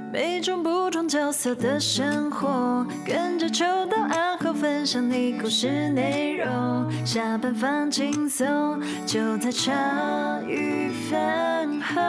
每种不同角色的生活，跟着秋到暗号分享你故事内容。下班放轻松，就在茶余饭后。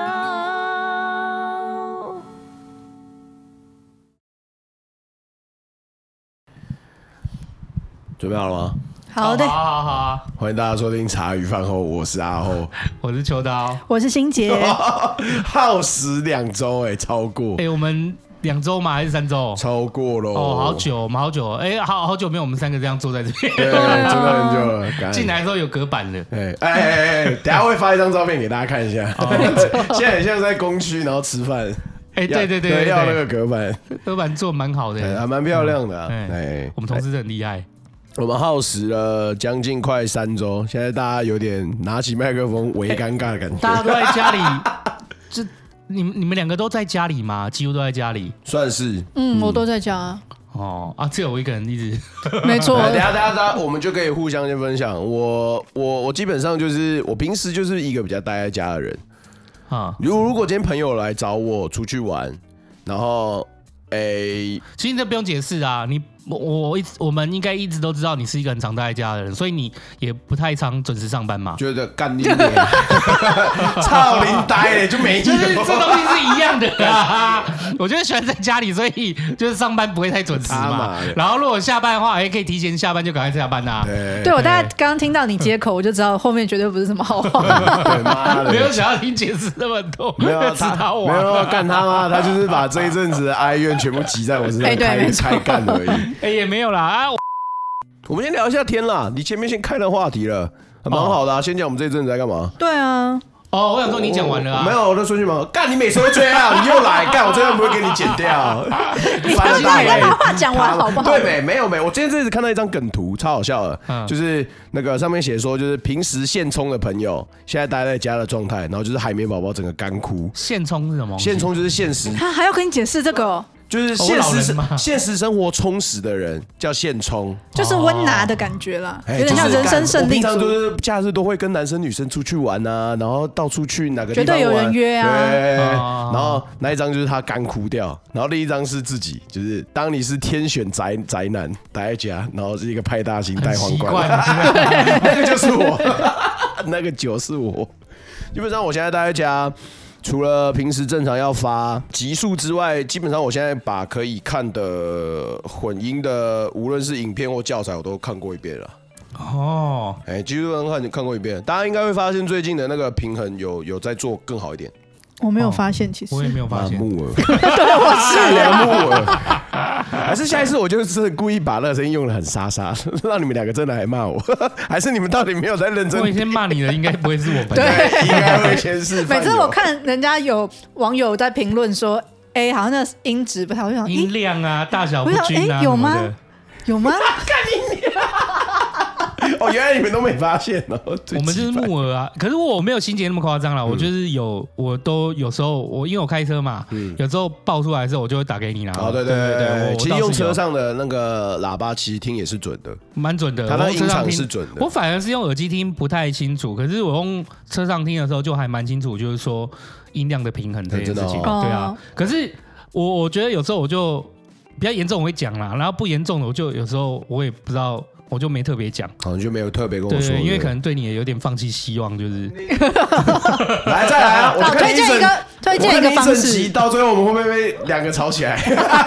准备好了吗？ 好的， 好， 欢迎大家收听茶余饭后，我是阿后， 我是秋刀， 我是欣杰。 耗时2周超过。 我们2周吗？还是3周？ 超过咯。 哦，好久，我们好久，好久没有我们3个这样坐在这边， 对，真的很久了。 进来的时候有隔板的。 等一下会发一张照片给大家看一下。现在很像在公区，然后吃饭。对，要那个隔板， 隔板做蛮好的， 还蛮漂亮的。 我们同事很厉害。 我们耗时了将近快3周，现在大家有点拿起麦克风微尴尬的感觉。 大家都在家里，这你们2个都在家里吗？几乎都在家里， 算是。 我都在家。 只有我一个人一直。 没错。 等一下，我们就可以互相先分享。我基本上就是我平时就是一个比较待在家的人。如果今天朋友来找我出去玩，然后其实这不用解释啊，我们应该一直都知道你是一个很常待在家的人，所以你也不太常准时上班嘛。 觉得干你脸，操你呆嘞，就没就是这东西是一样的啊。我就是喜欢在家里，所以就是上班不会太准时嘛。然后如果下班的话，可以提前下班就赶快下班啊。 对，我大概刚刚听到你接口，我就知道后面绝对不是什么好话。 对， 没有想要听解释那么多， 没有没有干他妈，他就是把这一阵子的哀怨全部集在我身上开干而已。 也没有啦我们先聊一下天啦。你前面先开了话题了，蛮好的啊。先讲我们这一阵子在干嘛？ 对啊。 我想说你讲完了啊。 没有，我的顺序嘛。干，你每次都这样，你又来干，我这样不会给你剪掉。 你把话讲完好不好？ 对，没有。我今天这次看到一张梗图，超好笑的，就是那个上面写说，就是平时现充的朋友，现在待在家的状态，然后就是海绵宝宝整个干枯。 现充是什么？ 现充就是现实。 他还要跟你解释这个哦。 就是现实生活充实的人叫现充， 就是温拿的感觉啦，有点像人生胜利组。 平常就是假日都会跟男生女生出去玩啊，然后到处去哪个地方玩， 绝对有人约啊。 对，然后那一张就是他干枯掉，然后另一张是自己，就是当你是天选宅男待在家，然后是一个派大星戴皇冠，那个就是我，那个酒是我。基本上我现在待在家。除了平时正常要发集数之外，基本上我现在把可以看的混音的，无论是影片或教材，我都看过一遍了。几乎都看过一遍。大家应该会发现最近的那个平衡有在做更好一点。 我没有发现，其实我也没有发现。 木耳， 对，我是木耳。还是下一次我就是故意把那个声音用得很沙沙，让你们2个真的还骂我。还是你们到底没有在认真？ 我先骂你的应该不会是我本人， 对， 应该会先是。 每次我看人家有网友在评论说，好像那音质不太，我想音量啊、大小不均啊， 有吗？有吗？ 看你原来你们都没发现哦。 我们就是木耳啊，可是我没有欣杰那么夸张啦。我就是我都有时候因为我开车嘛，有时候爆出来的时候我就会打给你啦。 对，其实用车上的那个喇叭其实听也是准的， 蛮准的。 它的音场是准的。 我反而是用耳机听不太清楚，可是我用车上听的时候就还蛮清楚，就是说音量的平衡这件事情。对啊，可是我觉得有时候我就比较严重我会讲啦，然后不严重的我就有时候我也不知道。我就没特别讲， 好像就没有特别跟我说， 对，因为可能对你也有点放弃希望，就是来再来啊！我推荐一个方式， 到最后我们会不会2个吵起来？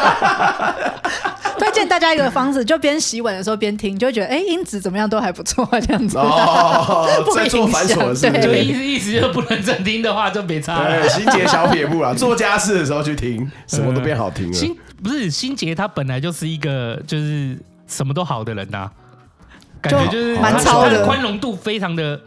推荐大家一个方式，就边洗碗的时候边听，就会觉得音质怎么样都还不错，这样子。 在做繁琐的事， 就意思就不能正听的话就别插了。 对，欣杰小撇步啦，做家事的时候去听，什么都变好听了。 不是欣杰，他本来就是一个就是什么都好的人呐。感觉就是蛮超的， 宽容度非常的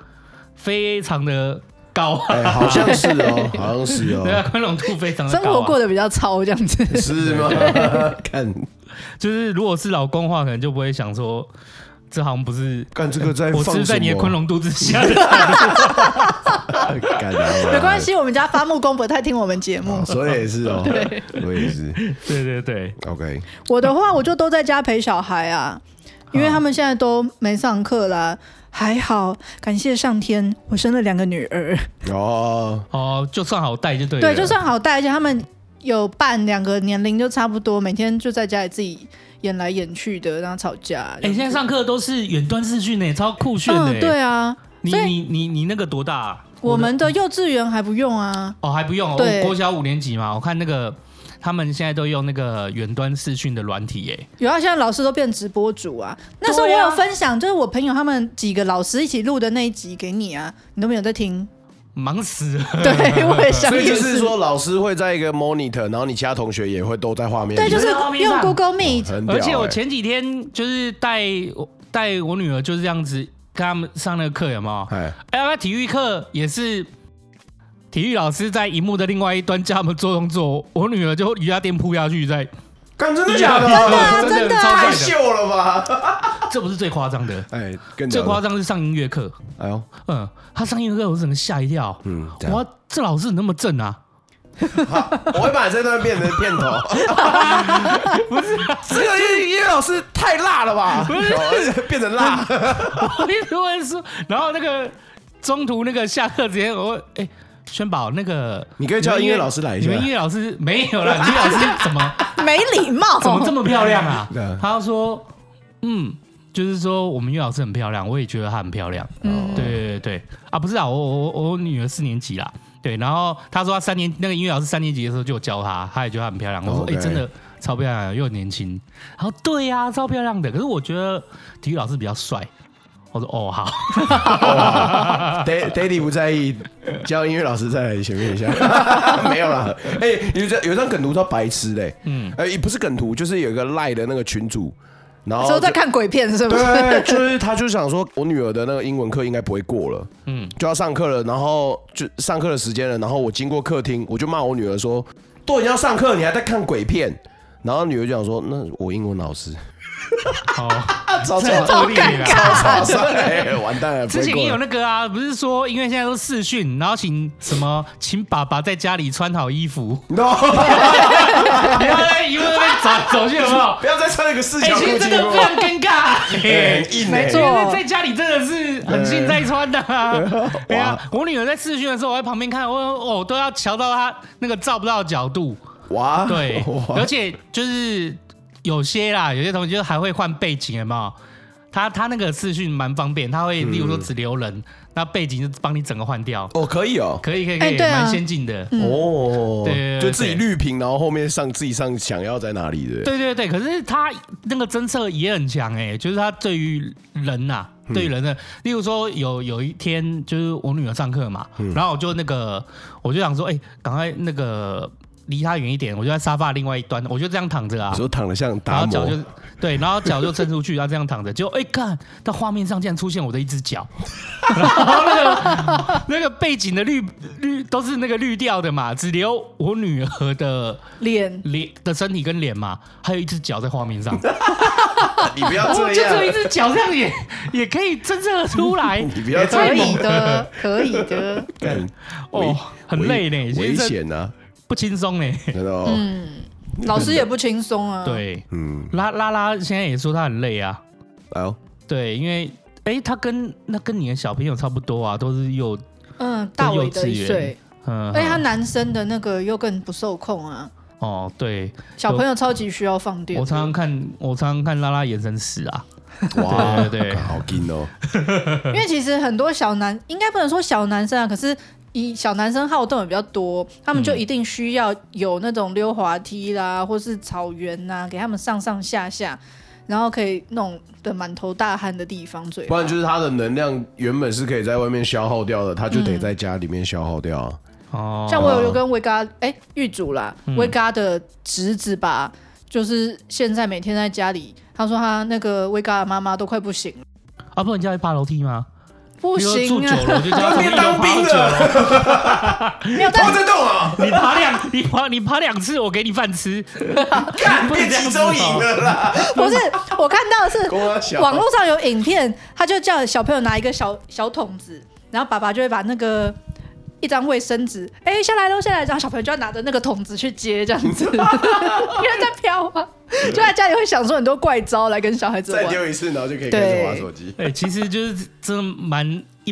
高， 好像是哦，好像是哦， 对啊，宽容度非常的高， 生活过得比较超这样子， 是吗？看， 就是如果是老公的话，可能就不会想说，这好像不是干这个在我是在你的宽容度之下的， 没关系，我们家伐木工不太听我们节目， 所以也是哦，我也是， 对 ，OK。 我的话，我就都在家陪小孩啊。因为他们现在都没上课啦，还好，感谢上天，我生了2个女儿。 就算好带就对了。 对，就算好带，而且他们有伴，2个年龄就差不多，每天就在家里自己演来演去的，然后吵架。 现在上课都是远端视讯超酷炫的。 对啊， 你那个多大啊？ 我们的幼稚园还不用啊。 还不用。 对， 国小5年级嘛，我看那个他们现在都用那个远端视讯的软体有啊，现在老师都变直播主啊。那时候我有分享，就是我朋友他们几个老师一起录的那一集给你啊，你都没有在听。 忙死了。 对，我也想。 所以就是说，老师会在一个 monitor， 然后你其他同学也会都在画面。 对，就是用 Google Meet。 而且我前几天就是带我女儿就是这样子跟他们上那个课，有没有？体育课也是。体育老师在荧幕的另外一端叫他们做动作，我女儿就瑜伽垫扑下去在。 真的假的？ 真的太秀了吧！ 这不是最夸张的，最夸张是上音乐课。他上音乐课我整个吓一跳。哇，这老师怎么那么正啊？ 我会把这段变成片头。不是，这个音乐老师太辣了吧？不是，变成辣。 我一直问说，然后那个中途那个下课之前，我轩宝，那个你可以叫音乐老师来一下。 你们音乐老师没有啦，音乐老师怎么没礼貌？ 怎么这么漂亮啊？他说，就是说我们音乐老师很漂亮，我也觉得她很漂亮。对啊，不是啊，我女儿4年级啦。对，然后他说他那个音乐老师3年级的时候就有教他也觉得她很漂亮。我说真的超漂亮，又年轻。然后对啊，超漂亮的。可是我觉得体育老师比较帅。我说好。 Daddy 不在意，叫音乐老师再来前面一下。没有啦。有一张梗图叫白痴不是梗图，就是有一个赖的那个群组。然后在看鬼片是不是？ 对，就是他就想说，我女儿的那个英文课应该不会过了，就要上课了，然后就上课的时间了，然后我经过客厅，我就骂我女儿说，都已经要上课，你还在看鬼片？然后女儿就讲说，那我英文老师。 超尴尬， 完蛋了！ 之前也有那个啊，不是说因为现在都视讯，然后请爸爸在家里穿好衣服，不要在荧幕那边走去，有没有？ 不要再穿那个4角裤。 其实真的非常尴尬， 很硬。 没错， 在家里真的是很新在穿的。对啊，我女儿在视讯的时候，我在旁边看，我都要瞧到她那个照不到的角度。哇，对，而且就是。有些同学就还会换背景，有没有？他那个视讯蛮方便，他会例如说只留人，那背景就帮你整个换掉。 可以哦， 可以，蛮先进的。 对，就自己滤屏，然后后面自己上想要在哪里的。 对，可是他那个侦测也很强就是他对于人对于人的，例如说有一天就是我女儿上课嘛，然后我就想说，赶快那个。离他远一点，我就在沙发另外一端，我就这样躺着啊。 你说躺得像达摩， 然后脚就对，然后脚就伸出去，然后这样躺着，就看到画面上竟然出现我的一只脚，然后那个背景的绿都是那个绿调的嘛，只留我女儿的脸的身体跟脸嘛，还有一只脚在画面上。 你不要这样， 就只有一只脚，这样也可以侦测出来。 你不要这样， 可以的。 很累呢， 危险啊。 不轻松老师也不轻松啊。 对，拉现在也说他很累啊。对，因为他跟你的小朋友差不多啊，都是大伟的1岁，而且他男生的那个又更不受控啊。 对， 小朋友超级需要放电。 我常常看拉眼神死啊。 哇， 对， 好劲哦。 因为其实很多应该不能说小男生啊，可是。小男生好动也比较多，他们就一定需要有那种溜滑梯啦，或是草原啊，给他们上下，然后可以弄得满头大汗的地方最好。 不然就是他的能量原本是可以在外面消耗掉的，他就得在家里面消耗掉。 像我有跟威嘎狱主啦，威嘎的侄子吧，就是现在每天在家里，他说他那个威嘎的妈妈都快不行了。 不能叫他爬楼梯吗？ 不行啊！ 住久了就叫变当兵了， 没有拖着动啊！ 你爬2次，我给你饭吃。 干变集中营了啦！ 不是，我看到的是网络上有影片，他就叫小朋友拿一个小桶子，然后爸爸就会把那个一张卫生纸，下来喽，然后小朋友就要拿着那个桶子去接，这样子，因为在飘啊。就在家里会想出很多怪招来跟小孩子玩， 再丢一次，然后就可以开始滑手机。 其实就是真的蛮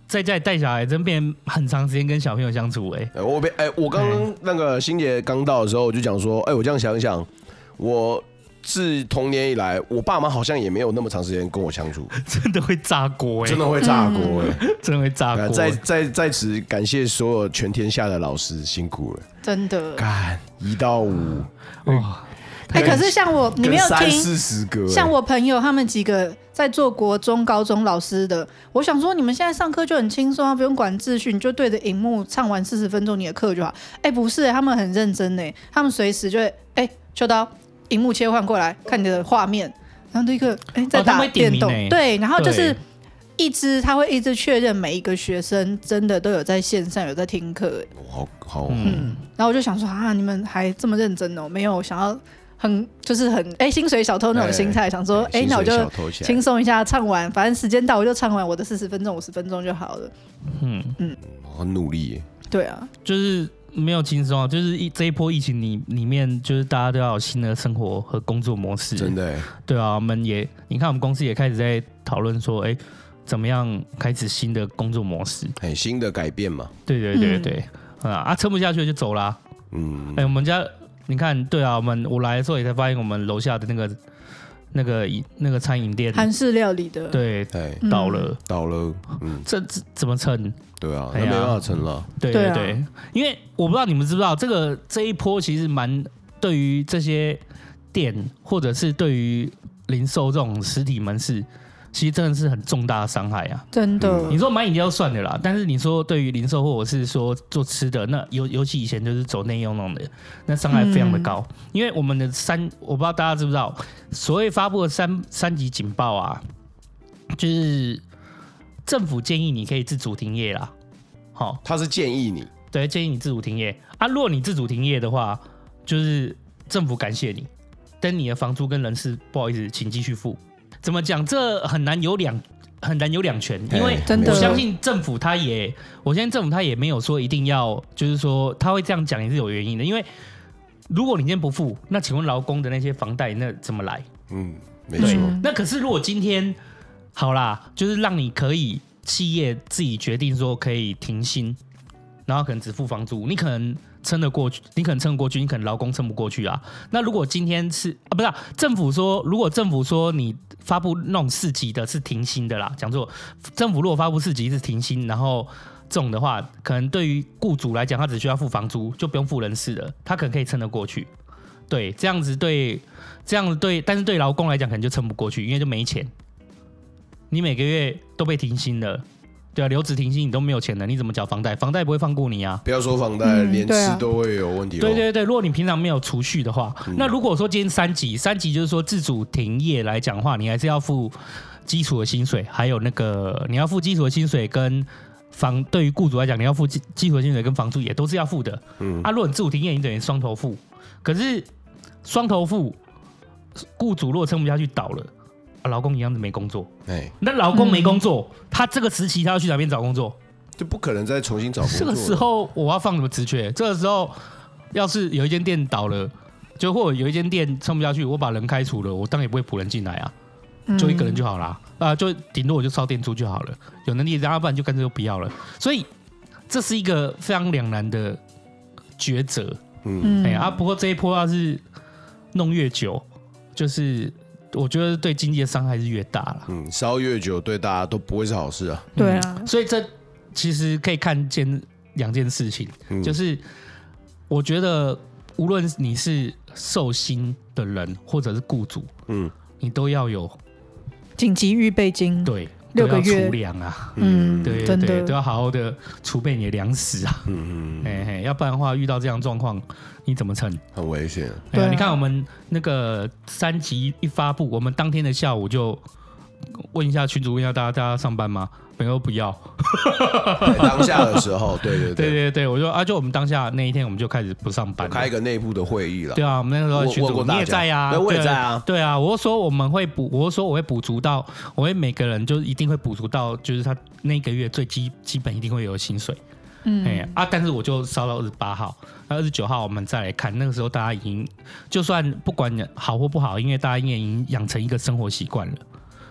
在家里带小孩，真变很长时间跟小朋友相处。 我刚刚那个欣姐刚到的时候，我就讲说，我这样想一想，我自童年以来，我爸妈好像也没有那么长时间跟我相处， 真的会炸锅真的会炸锅真的会炸锅。 在此感谢所有全天下的老师，辛苦了， 真的。 干1到5， 哇！ 可是像我，你没有听 30-40个， 像我朋友他们几个在做国中、高中老师的，我想说你们现在上课就很轻松啊，不用管秩序，你就对着荧幕唱完40分钟你的课就好。不是，他们很认真呢，他们随时就会秋刀，荧幕切换过来看你的画面，然后立刻在打电动，对，然后就是他会一直确认每一个学生真的都有在线上有在听课， 好， 然后我就想说你们还这么认真哦，没有想要。就是很薪水小偷那种心态，想说那我就轻松一下唱完，反正时间到我就唱完我的40分钟50分钟就好了。 很努力耶。 对啊， 就是没有轻松，就是这一波疫情里面，就是大家都要有新的生活和工作模式。 真的。对啊，你看我们公司也开始在讨论说，怎么样开始新的工作模式？ 新的改变嘛。 对，撑不下去就走啦。我们家。你看，对啊，我来的时候也才发现，我们楼下的那个餐饮店韩式料理的， 对，倒了，这怎么撑？ 对啊，那没办法撑了。 对，因为我不知道你们知不知道，这一波其实蛮对于这些店或者是对于零售这种实体门市。其实真的是很重大的伤害啊！ 真的， 你说买饮料算的啦，但是你说对于零售或者是说做吃的，那尤其以前就是走内用弄的，那伤害非常的高。因为我们的我不知道大家知不知道，所谓发布的三级警报啊，就是政府建议你可以自主停业啦。 他是建议你， 对，建议你自主停业啊。如果你自主停业的话，就是政府感谢你，但你的房租跟人事不好意思，请继续付。怎么讲？这很难有两全，因为我相信政府他也没有说一定要，就是说他会这样讲也是有原因的。因为如果你今天不付，那请问劳工的那些房贷那怎么来？ 没错。 那可是如果今天好啦，就是让你可以企业自己决定说可以停薪，然后可能只付房租，你可能撑得过去，你可能劳工撑不过去啊。那如果今天是不是政府说，如果政府说你发布那种4级的是停薪的啦，讲错，政府如果发布4级是停薪，然后这种的话，可能对于雇主来讲，他只需要付房租，就不用付人事了，他可能可以撑得过去。对，这样子对，但是对劳工来讲可能就撑不过去，因为就没钱，你每个月都被停薪了。对啊，留职停薪你都没有钱了，你怎么缴房贷？房贷不会放过你啊！ 不要说房贷，连吃都会有问题。 对，如果你平常没有储蓄的话，那如果说今天3级就是说自主停业来讲的话，你还是要付基础的薪水，还有你要付基础的薪水跟对于雇主来讲，你要付基础的薪水跟房租也都是要付的。如果你自主停业，你等于双头付，可是双头付，雇主如果撑不下去倒了。劳工一样子没工作，那劳工没工作，他这个时期他要去哪边找工作？ 就不可能再重新找工作。 这个时候我要放什么职缺？这个时候要是有一间店倒了，就或者有一间店撑不下去，我把人开除了，我当然也不会补人进来啊，就一个人就好啦，就顶多我就烧店租就好了。有能力的，要不然就干脆就不要了。所以这是一个非常两难的抉择。不过这一波要是弄越久，就是我觉得对经济的伤害是越大了。 烧越久对大家都不会是好事啊。 对啊， 所以这其实可以看见2件事情，就是我觉得无论你是受薪的人或者是雇主，你都要有紧急预备金， 对 ，6个月储粮啊，对，都要好好的储备你的粮食啊，要不然的话遇到这样状况，你怎么撑？ 很危险。 你看我们那个3级一发布，我们当天的下午就问一下群主，问一下大家上班吗？朋友不要。 当下的时候，对， 我说就我们当下那一天我们就开始不上班， 开一个内部的会议了。 对啊，我们那个时候群主你也在啊， 我也在啊。 对啊，我说我会补足到，我会每个人就一定会补足到，就是他那个月最基本一定会有薪水。但是我就烧到28号，那29号我们再来看，那个时候大家已经就算不管好或不好，因为大家已经养成一个生活习惯了。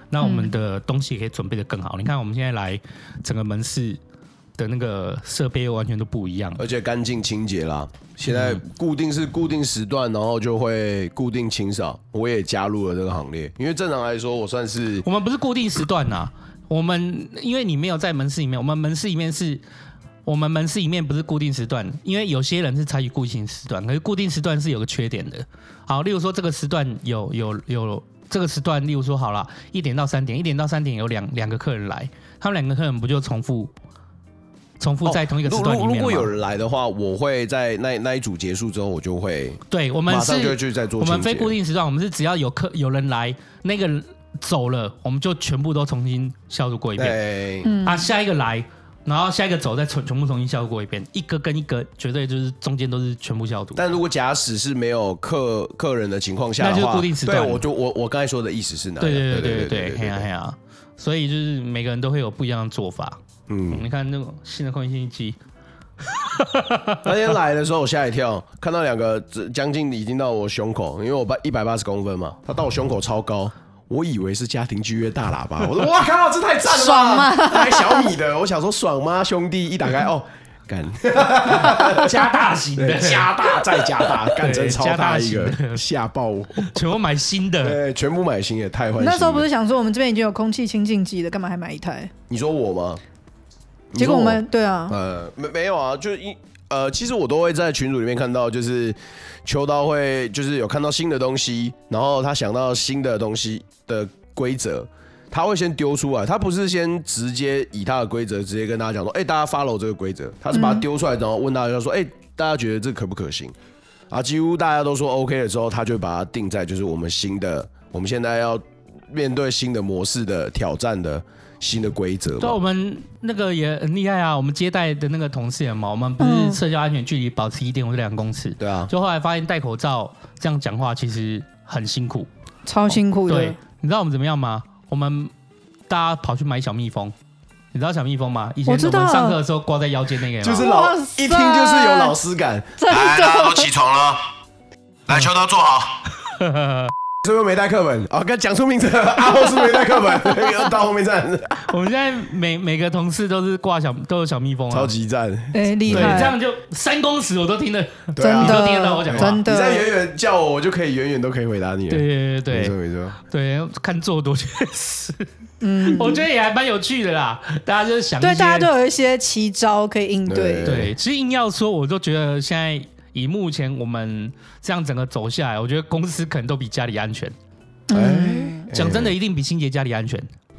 那我们的东西也可以准备的更好。你看我们现在来整个门市的那个设备完全都不一样， 而且干净清洁啦。现在固定时段，然后就会固定清扫。我也加入了这个行列，因为正常来说，我算是我们不是固定时段呐，我们因为你没有在门市里面，我们门市里面不是固定时段，因为有些人是采取固定时段，可是固定时段是有个缺点的。好，例如说这个时段有这个时段，例如说好了，1点到3点有两个客人来，他们2个客人不就重复在同一个时段里面吗？ 如果有人来的话，我会在那一组结束之后，我就会对，我们马上就去再做清洁。 我们非固定时段，我们是只要有人来，那个人走了，我们就全部都重新消毒过一遍。下一个来，然后下一个走，再全部重新消毒过一遍，一个跟一个绝对就是中间都是全部消毒。 但如果假使是没有客人的情况下的话， 那就是固定时段。 对，我刚才说的意思是哪样？对，嘿呀，所以就是每个人都会有不一样的做法。你看那个新的空气清新机， 那天来的时候我吓一跳，看到2个将近已经到我胸口，因为我180公分嘛，他到我胸口超高，我以为是家庭剧院大喇叭，我说哇靠，这太赞了吧！ 爽吗？ 还小米的，我想说爽吗兄弟？一打开哦，干加大型的， 加大再加大，干真超大一个，吓爆我！ 全部买新的， 对，全部买新的，太换新。 那时候不是想说我们这边已经有空气清净机了，干嘛还买一台？ 你说我吗？ 结果我们对啊， 没有啊，就其实我都会在群组里面看到，就是秋刀会就是有看到新的东西，然后他想到新的东西的规则，他会先丢出来，他不是先直接以他的规则直接跟大家讲说，大家 follow 这个规则，他是把它丢出来，然后问大家说，大家觉得这可不可行？啊，几乎大家都说 OK 的时候，他就把它定在就是我们现在要面对新的模式的挑战的新的规则。 对，我们那个也很厉害啊，我们接待的那个同事嘛，我们不是社交安全距离保持1.5至2公尺， 对啊， 就后来发现戴口罩这样讲话其实很辛苦， 超辛苦的。 对，你知道我们怎么样吗？我们大家跑去买小蜜蜂。你知道小蜜蜂吗？以前我们上课的时候挂在腰间那个， 就是一听就是有老师感。来，大家都起床了，来，秋刀坐好。是不是没带课本？哦，刚讲出名字，阿后是没带课本，到后面站。 我们现在每个同事都是都有小蜜蜂啊， 超级赞， 厉害！ 对，这样就3公尺我都听得， 真的， 你都听得到我讲话。 真的， 你在远远叫我，我就可以远远都可以回答你。 对， 没错， 对，看做多确实。我觉得也还蛮有趣的啦，大家就是想对，大家都有一些奇招可以应对。 对，其实硬要说，我都觉得现在以目前我们这样整个走下来，我觉得公司可能都比家里安全。讲真的，一定比清洁家里安全。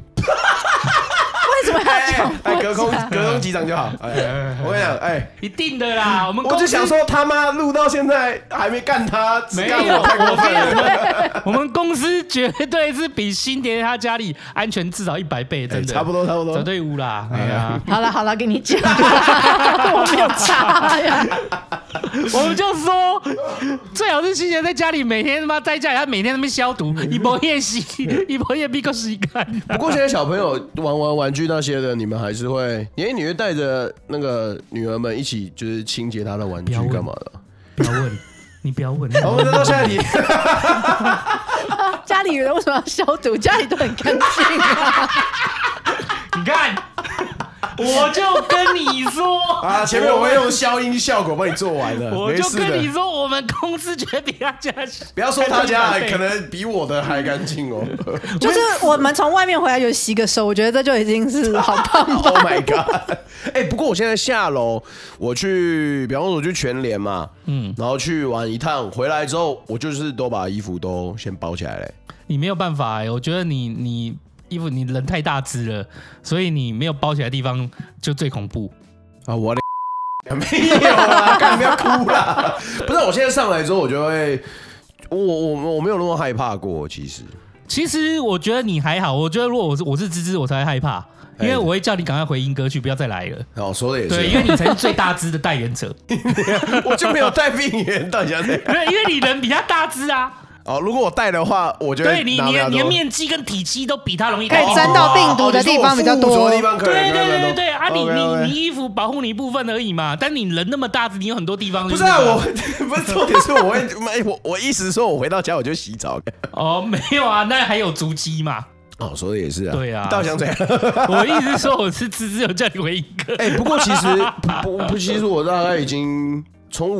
为什么要讲？ 隔空击掌就好。我跟你讲， 一定的啦。 我就想说，他妈录到现在还没干他， 没有，太过分了。我们公司绝对是比新蝶他家里安全至少100倍，真的。 差不多， 绝对无啦。 好了，给你讲，我没有差呀。 我们就说，最好是新蝶在家里每天他妈在家里，他每天在那边消毒，一波夜洗，一波夜闭个洗干。 不过现在小朋友玩玩具那些的，你们还是会，你会带着那个女儿们一起就是清洁她的玩具干嘛的？ 不要问，你不要问。 我们到下一题。 家里人为什么要消毒？家里都很干净啊。 你看。我就跟你说啊，前面我会用消音效果帮你做完了。 我就跟你说，我们公司绝对比他家， 不要说他家可能比我的还干净哦。 就是我们从外面回来就洗个手，我觉得这就已经是好棒棒。 Oh my god！ 不过我现在下楼，比方说我去全联嘛，然后去玩一趟，回来之后我就是都把衣服都先包起来了。 你没有办法我觉得你。衣服你人太大只了，所以你没有包起来的地方就最恐怖啊！我的没有啦，干不要哭啦！不是，我现在上来之后，我就会，我没有那么害怕过。其实我觉得你还好，我觉得如果我是芝芝，我才会害怕，因为我会叫你赶快回英歌去，不要再来了。 哦，说的也是， 对，因为你才是最大只的代言者， 我就没有带病源，到底要怎样？ 因为你人比他大只啊。 如果我带的话，我就对你的面积跟体积都比它容易可以沾到病毒的地方比较多。 地方可以对啊，你衣服保护你一部分而已嘛，但你人那么大只，你有很多地方。 不是啊，不是重点是我会我意思是说我回到家我就洗澡。 没有啊，那还有足迹嘛。 哦，说的也是啊。 对啊， 到底想怎样？ 我意思是说，我是只有叫你回应哥。 不过其实我大概已经从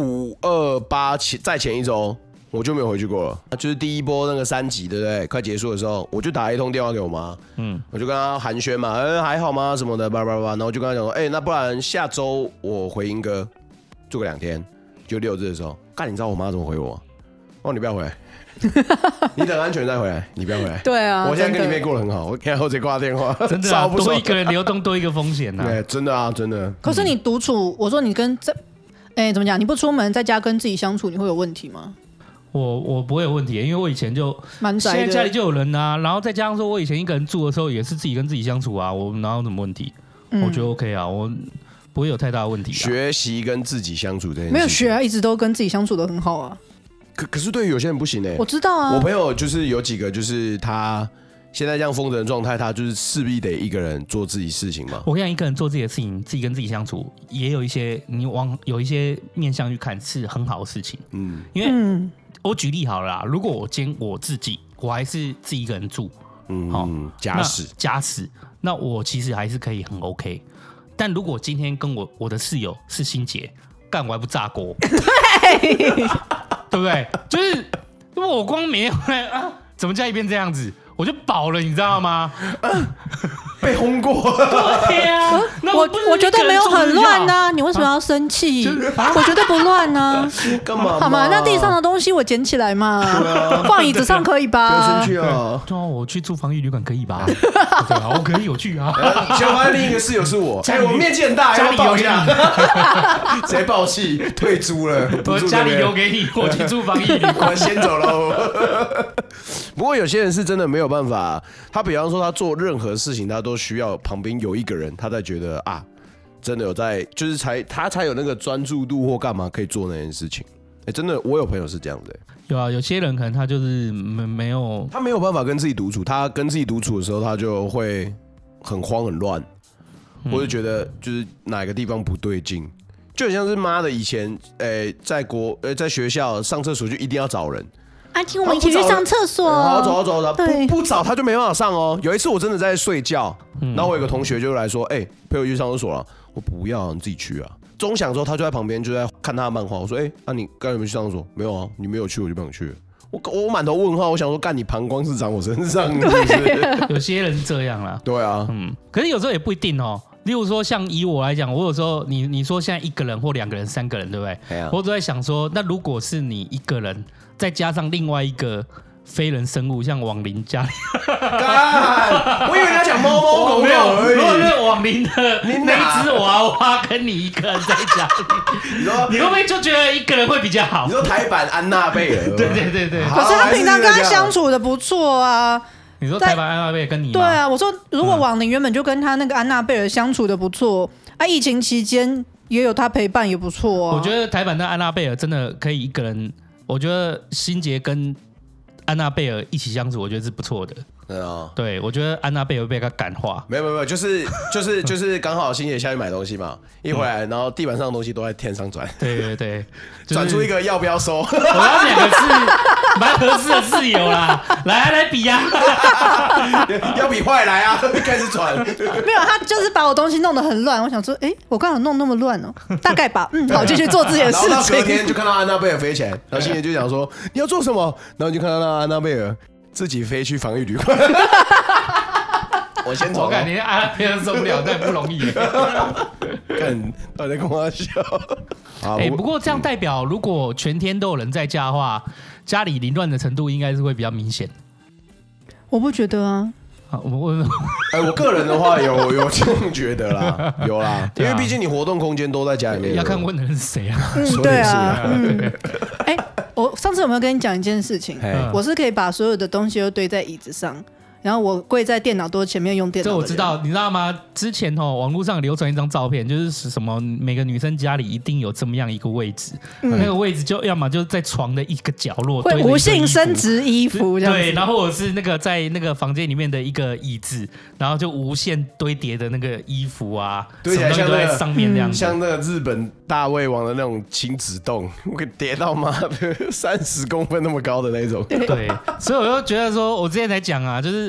528再前一周。我就没有回去过了，就是第一波那个3级，对不对？快结束的时候，我就打一通电话给我妈，我就跟她寒暄嘛，还好吗？什么的，叭叭叭，然后我就跟她讲说，那不然下周我回英哥住个2天，就6日的时候，干，你知道我妈怎么回我吗？哦，你不要回来，你等安全再回来，你不要回来。 对啊， 我现在跟你妹过得很好，我看后直接挂电话， 真的、啊，多一个人流动，多一个风险呐。 对，真的啊，真的。 可是你独处，我说你跟怎么讲？你不出门，在家跟自己相处，你会有问题吗？ 我不会有问题，因为我以前就蛮宅的， 现在家里就有人啊，然后再加上说我以前一个人住的时候也是自己跟自己相处啊，我哪有什么问题？我觉得 OK 啊，我不会有太大的问题。 学习跟自己相处这件事没有学啊，一直都跟自己相处的很好啊。 可是对于有些人不行我知道啊， 我朋友就是有几个，就是他现在这样封城的状态，他就是势必得一个人做自己事情嘛。 我跟你讲，一个人做自己的事情，自己跟自己相处，也有一些你有一些面向去看是很好的事情。因为我举例好了啦，如果我今天我自己，我还是自己一个人住， 假使， 那我其实还是可以很 OK。但如果今天跟我的室友是欣杰，干我还不炸锅，对不对？就是因为我光每天回来啊，怎么家里变这样子，我就饱了，你知道吗？ 被轰过， 对啊， 我觉得没有很乱啊，你为什么要生气？我觉得不乱啊， 干嘛？ 好嘛，那地上的东西我捡起来嘛，放椅子上可以吧？ 不要生气啊！ 对啊，我去住防疫旅馆可以吧？对啊，我可以，我去啊。 结果发现另一个室友是我，我面积很大， 家里留给你，直接爆气退租了。 我家里留给你，我去住防疫旅馆， 先走喽。不过有些人是真的没有办法，他比方说他做任何事情，他都需要旁边有一个人，他才觉得啊，真的有在，就是他才有那个专注度或干嘛可以做那件事情。真的，我有朋友是这样的。 有啊，有些人可能他就是没有， 他没有办法跟自己独处。他跟自己独处的时候，他就会很慌很乱，或者觉得就是哪个地方不对劲，就很像是妈的以前，在学校上厕所就一定要找人。 阿青，我们一起去上厕所。 好，走，不找他就没办法上哦。有一次我真的在睡觉，然后我有个同学就来说：“陪我去上厕所了。”我不要，你自己去啊。钟响之后，他就在旁边就在看他的漫画。我说：“你刚才有没有去上厕所？没有啊，你没有去，我就不想去。”我满头问号，我想说，干你膀胱是长我身上，是不是？ 有些人是这样啦。 对啊， 可是有时候也不一定哦。例如说，像以我来讲，我有时候你说现在1个人或2个人、3个人，对不对？我都在想说，那如果是你1个人，再加上另外一个非人生物，像网林家里， 我以为你要讲猫猫狗狗而已。 如果是网林的那只娃娃跟你1个人在家里，你会不会就觉得1个人会比较好？ 你说台版安娜贝尔？对。 可是他平常跟他相处的不错啊。 你说台版安娜贝尔跟你吗？ 对啊，我说如果网林原本就跟他那个安娜贝尔相处的不错，疫情期间也有他陪伴也不错啊。 我觉得台版的安娜贝尔真的可以1个人。我觉得欣杰跟安娜贝尔一起相处，我觉得是不错的。对，我觉得安娜贝尔被他感化。 没有，就是刚好欣杰下去买东西嘛，一回来，然后地板上的东西都在天上转。 对， 转出一个要不要收？ 我要2个是蛮合适的室友啦，来比啊， 要比坏来啊，开始转。 没有，他就是把我东西弄得很乱。我想说，我刚好弄那么乱哦，大概吧。好，继续做自己的事情。 然后到隔天就看到安娜贝尔飞起来，然后欣杰就讲说你要做什么，然后你就看到那安娜贝尔自己飞去防疫旅馆。我先走。 我感觉安娜贝尔受不了，但不容易。 看，到底在跟我笑。 不过这样代表，如果全天都有人在家的话，家里凌乱的程度应该是会比较明显。 我不觉得啊。 我个人的话有这样觉得啦，有啦，因为毕竟你活动空间都在家里面， 要看问的人是谁啊。 对啊。我上次有没有跟你讲一件事情？我是可以把所有的东西都堆在椅子上，然后我跪在电脑桌前面用电脑。 这我知道，你知道吗？之前网络上流传一张照片，就是什么每个女生家里一定有这么样一个位置，那个位置就要么就在床的一个角落， 会无性生殖衣服这样子。 对，然后或者是那个在那个房间里面的一个椅子，然后就无限堆叠的那个衣服啊， 堆起来像在上面那样， 像那个日本大胃王的那种亲子洞，我可以叠到妈的30公分那么高的那种。 对，所以我就觉得说，我之前才讲啊，就是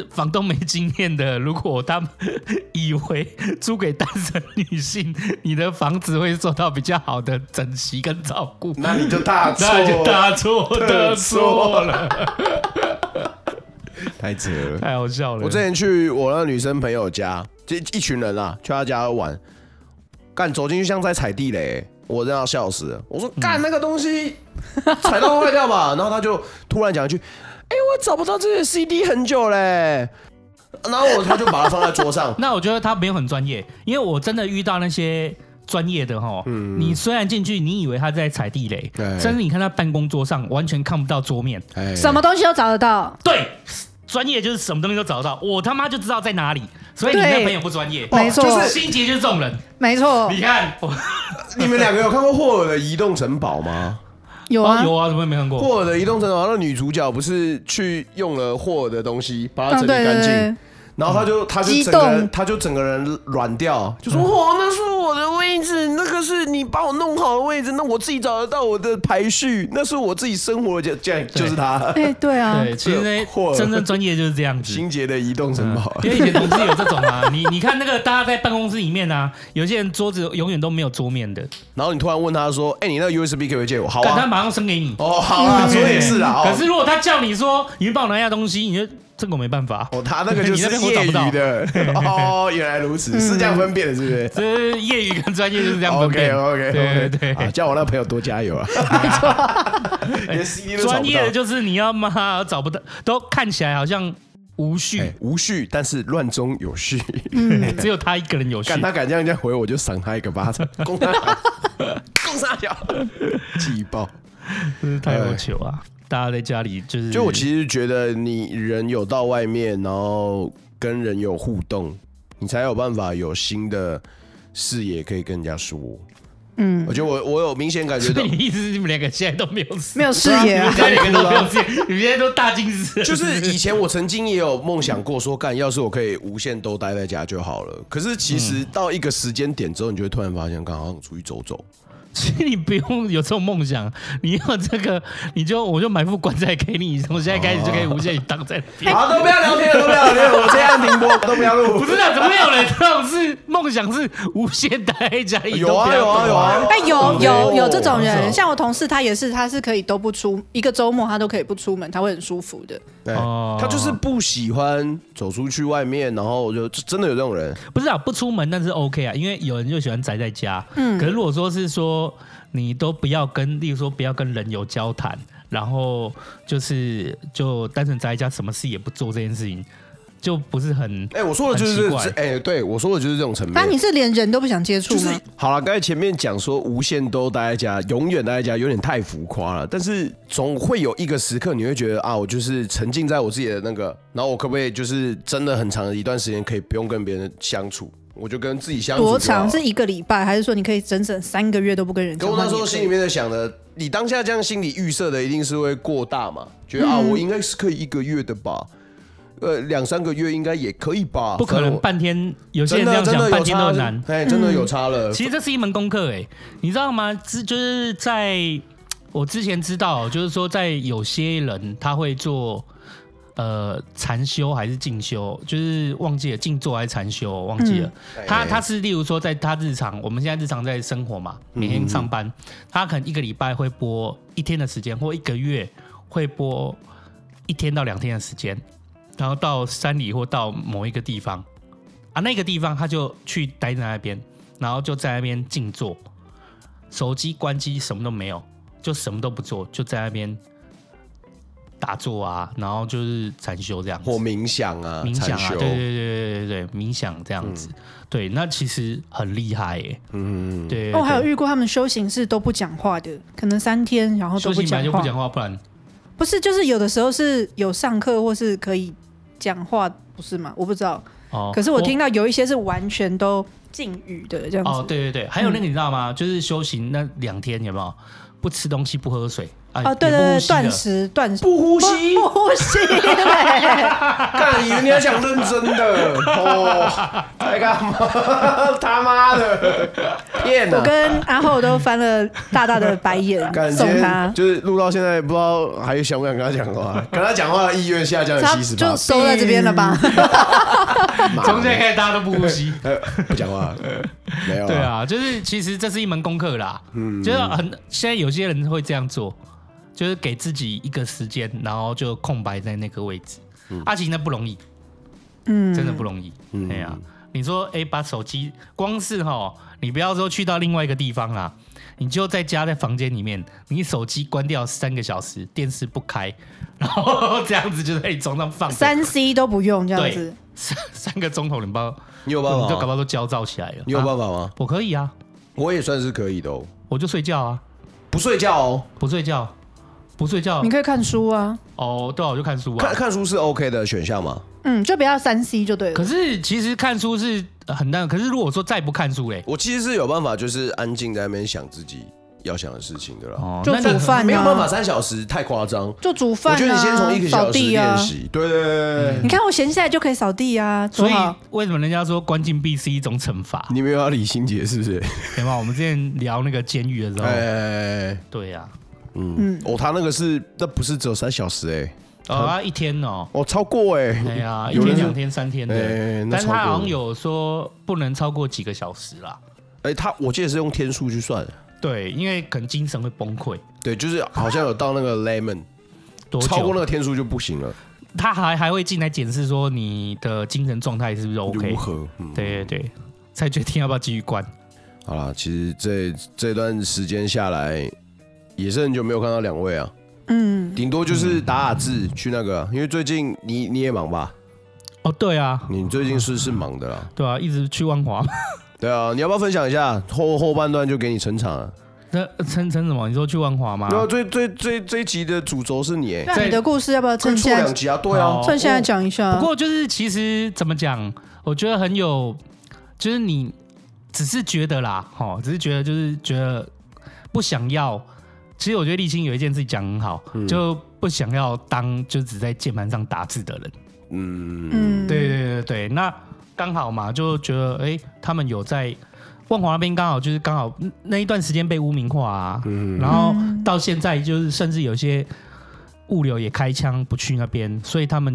是房东没经验的，如果他们以为租给单身女性，你的房子会受到比较好的整齐跟照顾， 那你就大错， 那就大错特错了， 太扯了， 太好笑了。 我之前去我那女生朋友家，就一群人啊，去她家玩，干走进去像在踩地雷，我真的要笑死了。我说干那个东西踩到坏掉吧，然后他就突然讲一句：“我找不到这个 CD 很久嘞。”然后他就把它放在桌上。 那我觉得他没有很专业，因为我真的遇到那些专业的齁，你虽然进去，你以为他在踩地雷，但是你看他办公桌上完全看不到桌面， 什么东西都找得到。 对。专业就是什么东西都找得到，我他妈就知道在哪里，所以你那朋友不专业， 没错， 就是心杰就是这种人， 没错。 你看， 你们两个有看过霍尔的《移动城堡》吗？ 有啊， 有啊，怎么没看过？ 霍尔的《移动城堡》那女主角不是去用了霍尔的东西把它整理干净，然后他就整个人软掉，就说：“哇，那是我的位置，那个是你帮我弄好的位置，那我自己找得到我的排序，那是我自己生活的，这样就是他。” 对啊， 对，其实真正专业就是这样子。 新杰的移动城堡， 因为以前同事有这种啊，你看那个大家在办公室里面啊，有些人桌子永远都没有桌面的， 然后你突然问他说：“你那个 USB 可不可以借我？”好啊， 他马上升给你。 哦，好啊，说也是啊。 可是如果他叫你说你帮我拿一下东西，你就这个我没办法。 他那个就是业余的。哦，原来如此，是这样分辨的，是不是？ 这业余跟专业就是这样分辨。 OK， 对，叫我那朋友多加油啊！没错， 专业的就是你要嘛找不到，都看起来好像无序， 无序，但是乱中有序。 只有他一个人有序。 他敢这样回我，就赏他一个巴掌，攻杀小，气爆， 真是太有球啊！大家在家里就是， 就我其实觉得你人有到外面，然后跟人有互动，你才有办法有新的视野可以跟人家说。我觉得我有明显感觉到， 所以你意思是你们两个现在都没有视野啊？ 你们两个都没有视野，你们现在都大近视。 就是以前我曾经也有梦想过说，干，要是我可以无限都待在家就好了。可是其实到一个时间点之后，你就会突然发现，刚好出去走走。 其实你不用有这种梦想，你有这个，我就买副棺材给你，从现在开始就可以无限挡在那边。 好，都不要聊天了，都不要聊天了，我这样停播，都不要录。 不是啊，怎么会有人这种是梦想是无限待在家里？ 有啊。 有这种人，像我同事他也是，他是可以都不出，一个周末他都可以不出门，他会很舒服的。 对，他就是不喜欢走出去外面，然后就真的有这种人。 不是啊，不出门但是 OK 啊，因为有人就喜欢宅在家。可是如果说是说你都不要跟，例如说不要跟人有交谈，然后就单纯宅在家，什么事也不做这件事情。就不是很我说的就是对我说的就是这种层面。 那你是连人都不想接触吗？ 好了，刚才前面讲说无限都待在家，永远待在家，有点太浮夸了。但是总会有一个时刻，你会觉得啊，我就是沉浸在我自己的那个，然后我可不可以就是真的很长的一段时间可以不用跟别人相处，我就跟自己相处。 多长？是1个礼拜，还是说你可以整整3个月都不跟人讲话？ 跟我那时候心里面在想的，你当下这样心理预设的一定是会过大嘛？觉得我应该是可以1个月的吧。2-3个月应该也可以吧？ 不可能半天，有些人这样讲，半天都很难。 真的有差了。 其实这是一门功课，你知道吗？就是在我之前知道，就是说在有些人他会做禅修还是静修，就是忘记了静坐还是禅修，忘记了。他是例如说在他日常，我们现在日常在生活嘛，每天上班，他可能1个礼拜会播1天的时间，或1个月会播1天到2天的时间。然后到山里或到某一个地方啊，那个地方他就去待在那边，然后就在那边静坐，手机关机，什么都没有，就什么都不做，就在那边打坐啊，然后就是禅修这样子， 或冥想啊， 冥想啊，对，冥想这样子，对，那其实很厉害耶，对。 我还有遇过他们修行是都不讲话的，可能3天，然后都不讲话，修行本来就不讲话，不然不是，就是有的时候是有上课或是可以讲话，不是吗？我不知道。可是我听到有一些是完全都禁语的这样子。 对，还有那个你知道吗？就是修行那2天有没有不吃东西不喝水， 哦，对对对，断食不呼吸， 不呼吸， 干，以为你要讲认真的哦，在干嘛？他妈的，骗啊！ 我跟阿厚都翻了大大的白眼，送他。 就是录到现在，不知道还想不想跟他讲话？跟他讲话的意愿下降了70%， 就收在这边了吧？ 从现在开始大家都不呼吸， 不讲话，没有。 对啊，就是其实这是一门功课啦。就是现在有些人会这样做。就是给自己一个时间，然后就空白在那个位置。其实那不容易，真的不容易。哎呀，你说，把手机光是你不要说去到另外一个地方啦，你就在家在房间里面，你手机关掉3个小时，电视不开，然后这样子就在你床上放 3C 都不用这样子 ，3个钟头，你有办法？ 就搞不好都焦躁起来了。 你有办法吗？ 我可以啊， 我也算是可以的哦。 我就睡觉啊， 不睡觉哦， 不睡觉。不睡觉， 你可以看书啊。 哦，对啊，我就看书啊。 看书是 OK 的选项吗？ 就不要3C 就对了。 可是其实看书是很难，可是如果说再不看书嘞， 我其实是有办法，就是安静在那边想自己要想的事情的啦。 就煮饭， 没有办法3小时太夸张。 就煮饭， 我觉得你先从1个小时练习。对。 你看我闲下来就可以扫地啊。 所以为什么人家说关禁闭是一种惩罚？ 你们有要理心结是不是？ 对吗？我们之前聊那个监狱的时候，对呀。 他那个那不是只有3小时他1天哦， 超过哎呀，1天2天3天的，但他好像有说不能超过几个小时啦。 我记得是用天数去算的。 对，因为可能精神会崩溃。 对，就是好像有到那个 lemon， 超过那个天数就不行了。 他还会进来检视说你的精神状态是不是 OK， 如何？ 对，才决定要不要继续关。 好啦，其实这段时间下来。也是很久没有看到2位啊，顶多就是打字去那个，因为最近你也忙吧？ 哦，对啊， 你最近是忙的啦， 对啊，一直去万华。 对啊，你要不要分享一下后半段就给你撑场了？ 那撑什么？你说去万华吗？ 对啊，这一集的主轴是你， 那你的故事要不要趁现在 2集啊？对啊， 趁现在讲一下。 不过就是其实怎么讲，我觉得很有，就是你只是觉得啦，只是觉得不想要。其实我觉得立青有一件事讲很好，就不想要当就只在键盘上打字的人。对，那刚好嘛，就觉得他们有在万华那边刚好那一段时间被污名化啊，然后到现在就是甚至有些物流也开枪不去那边，所以他们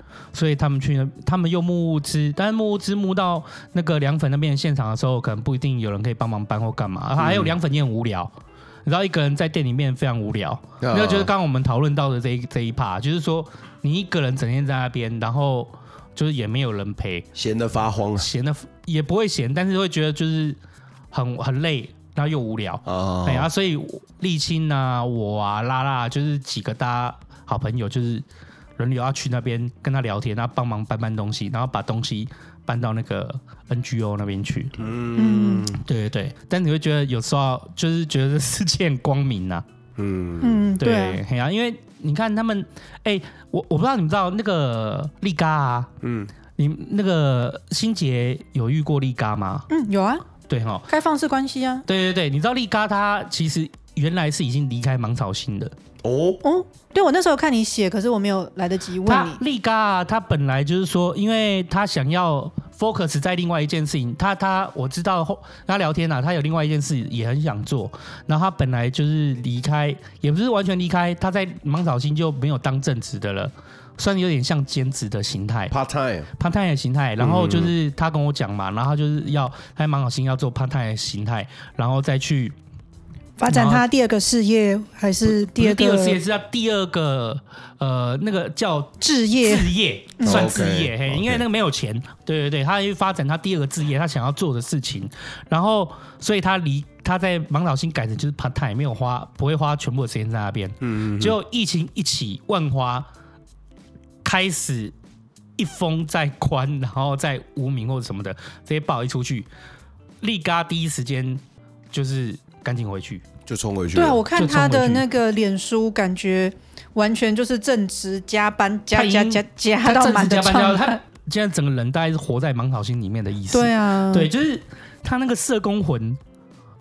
又募物资，但是募物资募到那个凉粉那边现场的时候，可能不一定有人可以帮忙搬或干嘛，还有凉粉也很无聊。你知道一个人在店里面非常无聊，那个就是刚刚我们讨论到的这一趴，就是说你一个人整天在那边，然后就是也没有人陪， 闲得发慌， 闲的也不会闲，但是会觉得就是很累，然后又无聊所以立青啊，我啊，拉拉就是几个大家好朋友，就是轮流要去那边跟他聊天，然后帮忙搬东西，然后把东西搬到那个 NGO 那边去。对，但你会觉得有时候就是觉得这世界很光明啊。对啊，因为你看他们，我不知道你们知道那个力嘎啊，你那个欣杰有遇过力嘎吗？ 有啊。 对开放式关系啊。 对，你知道力嘎他其实原来是已经离开芒草星的。 对，我那时候看你写，可是我没有来得及问你。 力嘎他本来就是说，因为他想要 focus 在另外一件事情，我知道跟他聊天他有另外一件事也很想做，然后他本来就是离开，也不是完全离开，他在芒草星就没有当正职的了，算有点像兼职的形态 ，part time 的形态。然后就是他跟我讲嘛，然后就是他在芒草星要做 part time 的形态，然后再去发展他第2个事业，还是第二个事业是他第2个那个叫置业， 算置业，因为那个没有钱。对，他去发展他第2个置业，他想要做的事情。然后，所以他在芒草星改成就是 part time， 不会花全部的时间在那边。结果疫情一起，万华开始一封再关，然后再无名或者什么的，这些报一出去，力嘎第一时间就是赶紧回去， 就冲回去。 对啊，我看他的那个脸书，感觉完全就是正职加班加到满的状态。 他现在整个人大概是活在芒草星里面的意思。 对啊， 对，就是他那个社工魂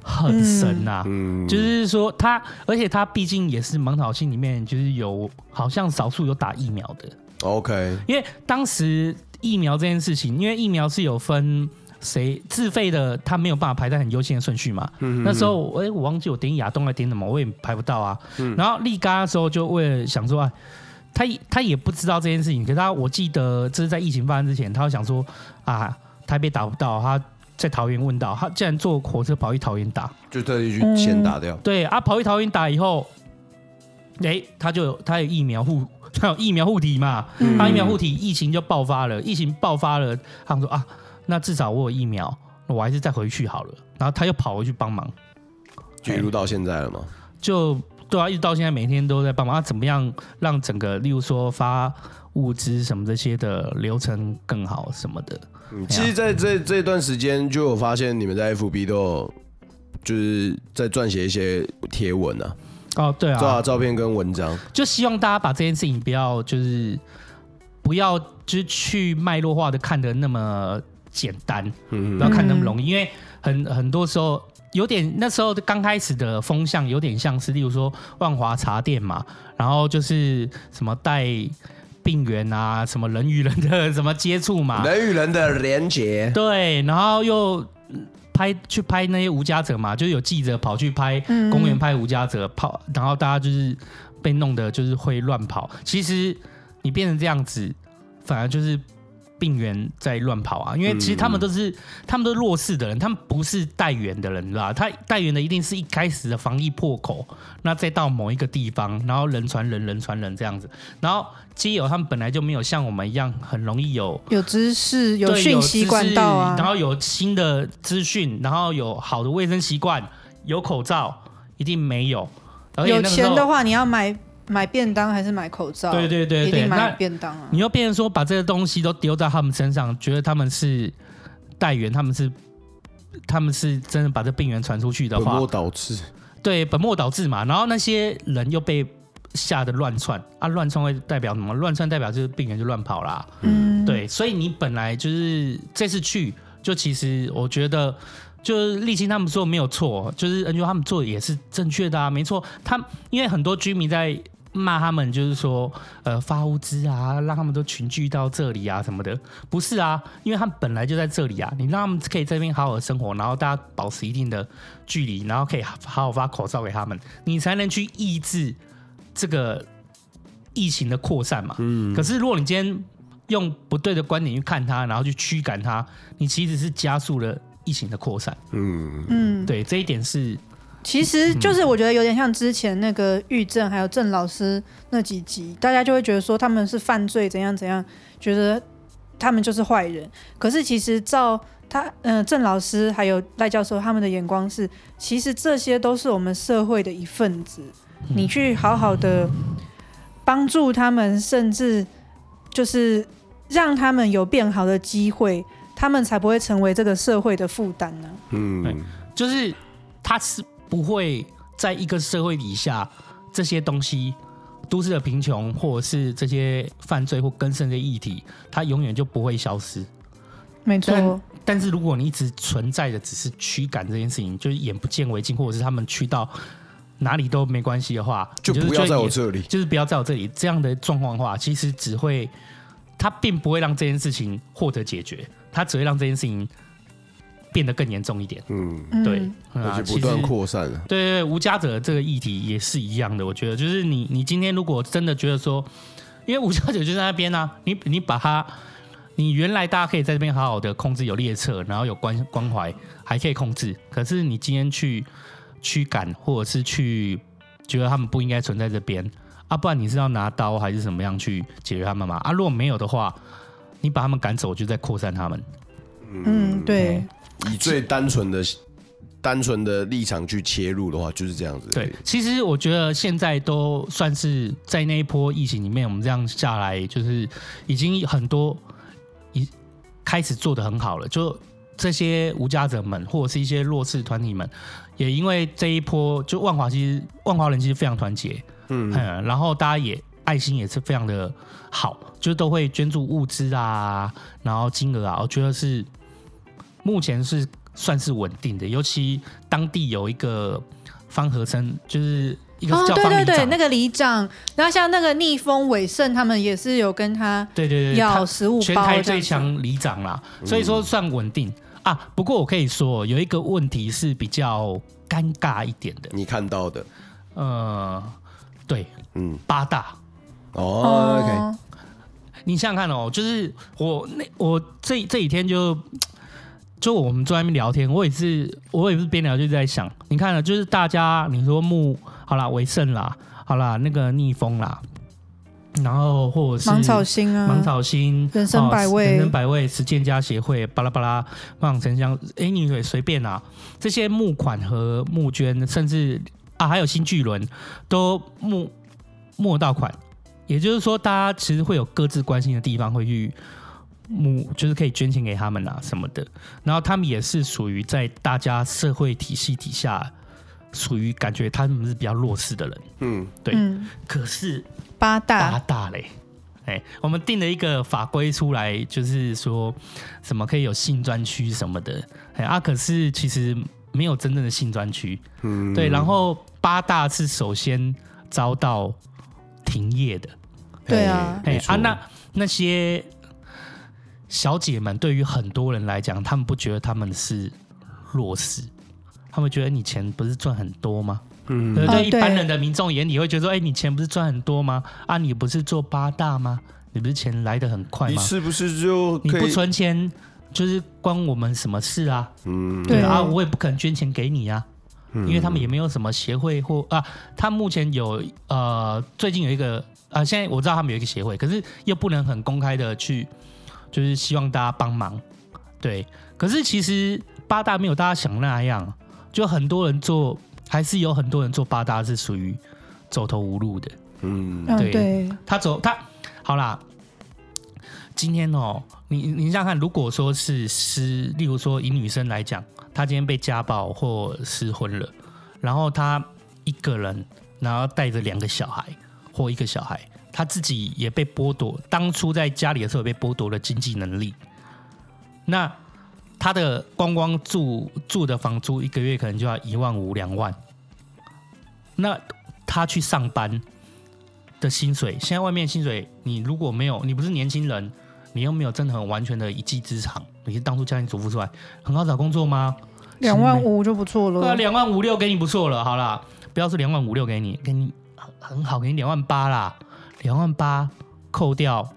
很神啊，就是说而且他毕竟也是芒草星里面就是好像少数有打疫苗的。 OK， 因为当时疫苗这件事情，因为疫苗是有分谁自费的，他没有办法排在很优先的顺序嘛。那时候我忘记我点亚东来点什么，我也排不到啊。然后立嘎的时候就为了想说，他也不知道这件事情，可是我记得这是在疫情发生之前，他想说啊，台北打不到，他在桃园问到，他竟然坐火车跑去桃园打， 就特地去先打掉。 对啊，跑去桃园打以后，他有疫苗护体嘛，他疫苗护体，疫情就爆发了，他们说啊，那至少我有疫苗，我还是再回去好了，然后他又跑回去帮忙， 就一路到现在了嘛， 就对啊，一直到现在每天都在帮忙，怎么样让整个例如说发物资什么这些的流程更好什么的。 其实在这段时间就有发现你们在 FB 都有就是在撰写一些贴文啊。 哦，对啊， 照片跟文章，就希望大家把这件事情不要就是去脉络化的看得那么简单，不要看那么容易，因为很多时候有点那时候刚开始的风向有点像是，例如说万华茶店嘛，然后就是什么带病源啊，什么人与人的什么接触嘛， 人与人的连结， 对，然后又去拍那些无家者嘛，就是有记者跑去拍公园拍无家者跑，然后大家就是被弄得就是会乱跑。其实你变成这样子，反而就是病源在乱跑啊，因为其实他们都是弱势的人，他们不是带源的人啦。他带源的一定是一开始的防疫破口，那再到某一个地方，然后人传人，人传人这样子，然后街友他们本来就没有像我们一样很容易有知识、有讯息管道啊， 然后有新的资讯，然后有好的卫生习惯，有口罩，一定没有。 有钱的话，你要买便当还是买口罩？ 对， 一定买便当啊！ 你又变成说把这个东西都丢在他们身上，觉得他们是带源，他们是真的把这病源传出去的话， 本末倒置。 对，本末倒置嘛。然后那些人又被吓得乱窜啊，乱窜会代表什么？乱窜代表就是病源就乱跑啦。对，所以你本来就是这次去，就其实我觉得。就是立青他们说没有错，就是 NGO 他们做的也是正确的啊，没错。因为很多居民在骂他们，就是说发物资啊，让他们都群聚到这里啊什么的，不是啊，因为他们本来就在这里啊，你让他们可以在这边好好的生活，然后大家保持一定的距离，然后可以好好发口罩给他们，你才能去抑制这个疫情的扩散嘛。可是如果你今天用不对的观点去看它，然后去驱赶它，你其实是加速了疫情的扩散。对，这一点是， 其实就是我觉得有点像之前那个玉正还有郑老师那几集，大家就会觉得说他们是犯罪怎样怎样，觉得他们就是坏人。可是其实照郑老师还有赖教授他们的眼光是，其实这些都是我们社会的一份子，你去好好的帮助他们，甚至就是让他们有变好的机会。他们才不会成为这个社会的负担呢。 就是他是不会在一个社会底下，这些东西，都市的贫穷或者是这些犯罪或更生的议题，它永远就不会消失。 没错。 但是如果你一直存在的只是驱赶这件事情，就是眼不见为净，或者是他们去到哪里都没关系的话， 就不要在我这里， 就是不要在我这里。这样的状况的话，其实只会，它并不会让这件事情获得解决。它只会让这件事情变得更严重一点。对， 而且不断扩散了。 对，无家者这个议题也是一样的。我觉得，就是你今天如果真的觉得说，因为无家者就在那边啊，你把它，你原来大家可以在这边好好的控制，有列车，然后有关怀，还可以控制。可是你今天去驱赶，或者是去觉得他们不应该存在这边啊，不然你是要拿刀还是怎么样去解决他们嘛？啊，如果没有的话。你把他们赶走，就在扩散他们。 对。 以最单纯的立场去切入的话，就是这样子。 对，其实我觉得现在都算是在那一波疫情里面，我们这样下来，就是已经很多开始做得很好了。就这些无家者们，或者是一些弱势团体们，也因为这一波，就万华人其实非常团结。然后大家也。爱心也是非常的好，就都会捐助物资啊，然后金额啊，我觉得是目前是算是稳定的，尤其当地有一个方和生，就是一个叫方里长， 对，那个里长，然后像那个逆风伟盛，他们也是有跟他要食物包， 全台最强里长啦，所以说算稳定啊。不过我可以说有一个问题是比较尴尬一点的， 你看到的， 对，八大 ，OK， 你想想看哦，就是我这几天就我们坐在那边聊天，我也是边聊就在想，你看了，就是大家你说好啦，维盛啦，好啦，那个逆风啦，然后或者是芒草心，人生百味， 实践家协会，巴拉巴拉，望城乡，你随便啊，这些募款和募捐，甚至还有新巨轮都募到款，也就是说，大家其实会有各自关心的地方，会去就是可以捐钱给他们啊什么的。然后他们也是属于在大家社会体系底下，属于感觉他们是比较弱势的人。对。可是八大嘞，我们定了一个法规出来，就是说什么可以有性专区什么的，可是其实没有真正的性专区。对。然后八大是首先遭到停业的。 对啊。 那些小姐们对于很多人来讲，他们不觉得他们是弱势，他们觉得你钱不是赚很多吗？对一般人的民众眼里会觉得说，你钱不是赚很多吗？你不是做八大吗？你不是钱来得很快吗？ 你是不是就你不存钱，就是关我们什么事啊？对啊，我也不可能捐钱给你啊。因为他们也没有什么协会或他目前有最近有一个现在我知道他们有一个协会，可是又不能很公开的去，就是希望大家帮忙。对，可是其实八大没有大家想那样，就很多人做，还是有很多人做八大是属于走投无路的。 对， 他好啦。今天你想想看，如果说是例如说以女生来讲，她今天被家暴或失婚了，然后她一个人，然后带着2个小孩或1个小孩，她自己也被剥夺，当初在家里的时候也被剥夺了经济能力，那她的光住的房租1个月可能就要1万5、2万，那她去上班的薪水，现在外面薪水，你如果没有，你不是年轻人，你又没有真的很完全的一技之长，你是当初家庭主妇出来，很好找工作吗 ？2万5就不错了。 对啊，2万5、6给你不错了，好啦，不要说2万5、6给你很好，给你2万8啦，2万8扣掉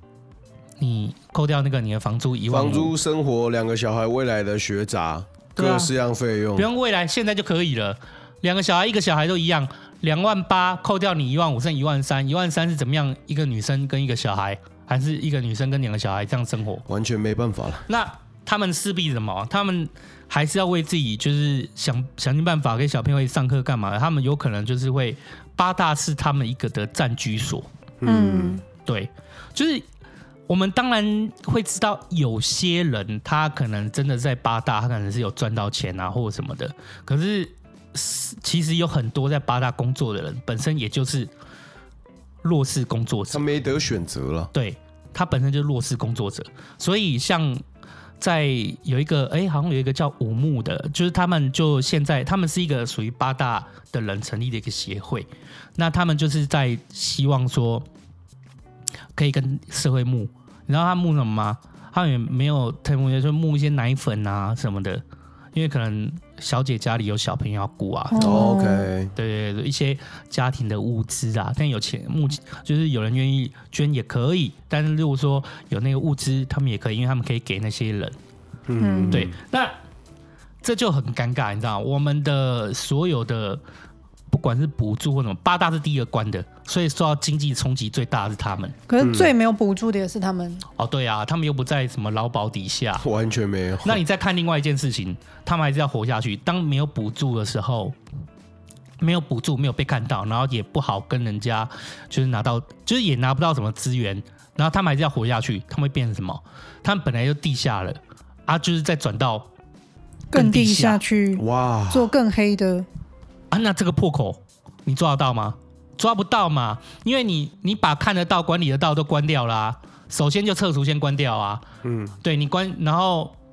那个你的房租1万5， 房租、生活、2个小孩未来的学杂，各式样费用， 不用未来，现在就可以了。2个小孩、1个小孩都一样，2万8扣掉你1万5，剩1万3。1万3是怎么样？一个女生跟1个小孩，还是一个女生跟2个小孩这样生活？ 完全没办法了。 那他们势必什么？他们还是要为自己，就是想尽办法给小朋友上课干嘛？他们有可能就是会八大是他们一个的暂居所。对，就是我们当然会知道有些人他可能真的在八大，他可能是有赚到钱啊或者什么的，可是其实有很多在八大工作的人本身也就是弱势工作者， 他没得选择了。 对，他本身就是弱势工作者，所以像在有一个好像有一个叫五木的，就是他们就现在他们是一个属于八大的人成立的一个协会，那他们就是在希望说可以跟社会募，你知道他募什么吗？他们也没有特募，就募一些奶粉啊什么的，因为可能小姐家里有小朋友要顾啊。 OK， 对，一些家庭的物资啊，但有钱就是有人愿意捐也可以，但是如果说有那个物资，他们也可以，因为他们可以给那些人。对，那这就很尴尬，你知道，我们的所有的不管是补助或什么，八大是第一个关的，所以受到经济冲击最大的是他们。 可是最没有补助的也是他们。 对啊，他们又不在什么劳保底下， 完全没有。 那你再看另外一件事情，他们还是要活下去。当没有补助的时候，没有补助，没有被看到，然后也不好跟人家就是拿到，就是也拿不到什么资源，然后他们还是要活下去。他们会变成什么？他们本来就地下了啊，就是再转到更地下去， 哇， 做更黑的。 那这个破口你抓得到吗？抓不到嘛，因为你把看得到、管理得到都关掉啦、首先就撤除先关掉啊。对，你关，然后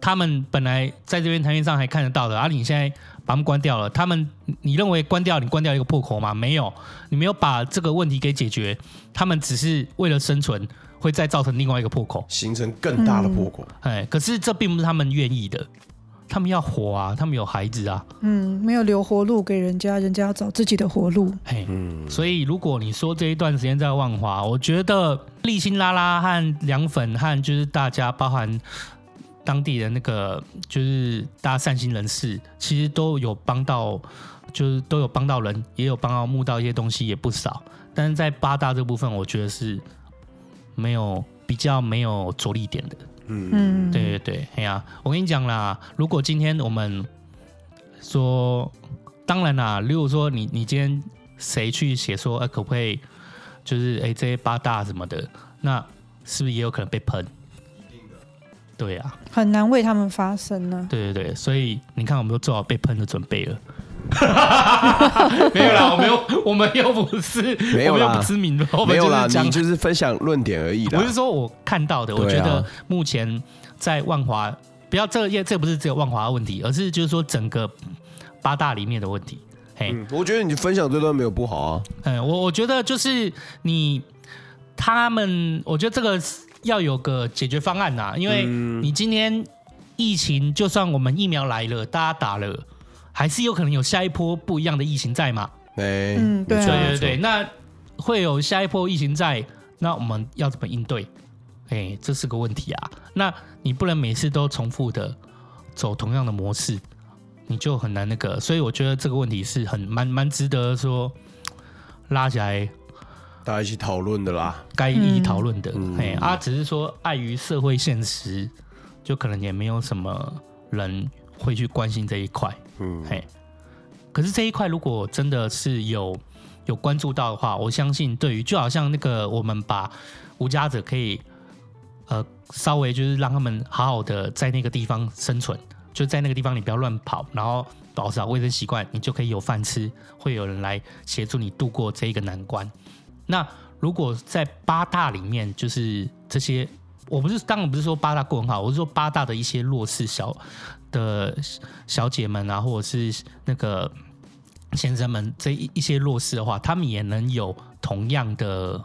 他们本来在这边台面上还看得到的，你现在把他们关掉了，你认为你关掉一个破口吗？没有，你没有把这个问题给解决，他们只是为了生存，会再造成另外一个破口， 形成更大的破口。 可是这并不是他们愿意的，他们要活啊，他们有孩子啊， 没有留活路给人家，人家要找自己的活路。 所以如果你说这一段时间在万华，我觉得立新拉拉和凉粉和就是大家包含当地的那个就是大家善心人士，其实都有帮到，就是都有帮到人，也有帮到募到一些东西，也不少。但是在八大这部分，我觉得是比较没有着力点的。对对对，哎呀，我跟你讲啦，如果今天我们说，当然啦，如果说你今天谁去写说，可不可以就是这些八大什么的，那是不是也有可能被喷？对啊， 很难为他们发声呢。 对对对，所以你看，我们都做好被喷的准备了。没有啦，我们又不是， 没有啦， 我们又不知名的， 没有啦，你就是分享论点而已啦。 我是说我看到的，我觉得目前在万华，不要这不是只有万华的问题，而是就是说整个八大里面的问题。 我觉得你分享这段没有不好啊。 我觉得就是他们，我觉得这个要有个解决方案呐，因为你今天疫情，就算我们疫苗来了，大家打了，还是有可能有下一波不一样的疫情在嘛。 对对，那会有下一波疫情在，那我们要怎么应对？这是个问题啊。那你不能每次都重复的走同样的模式，你就很难那个。所以我觉得这个问题是蛮值得说拉起来。 大家一起讨论的啦， 该一起讨论的。只是说碍于社会现实，就可能也没有什么人会去关心这一块。可是这一块如果真的是有关注到的话，我相信对于就好像那个我们把无家者可以稍微就是让他们好好的在那个地方生存，就在那个地方你不要乱跑，然后保持好卫生习惯，你就可以有饭吃，会有人来协助你度过这一个难关。那如果在八大里面，就是这些，当然不是说八大过很好，我是说八大的一些弱势小姐们啊，或者是那个先生们这一些弱势的话，他们也能有同样的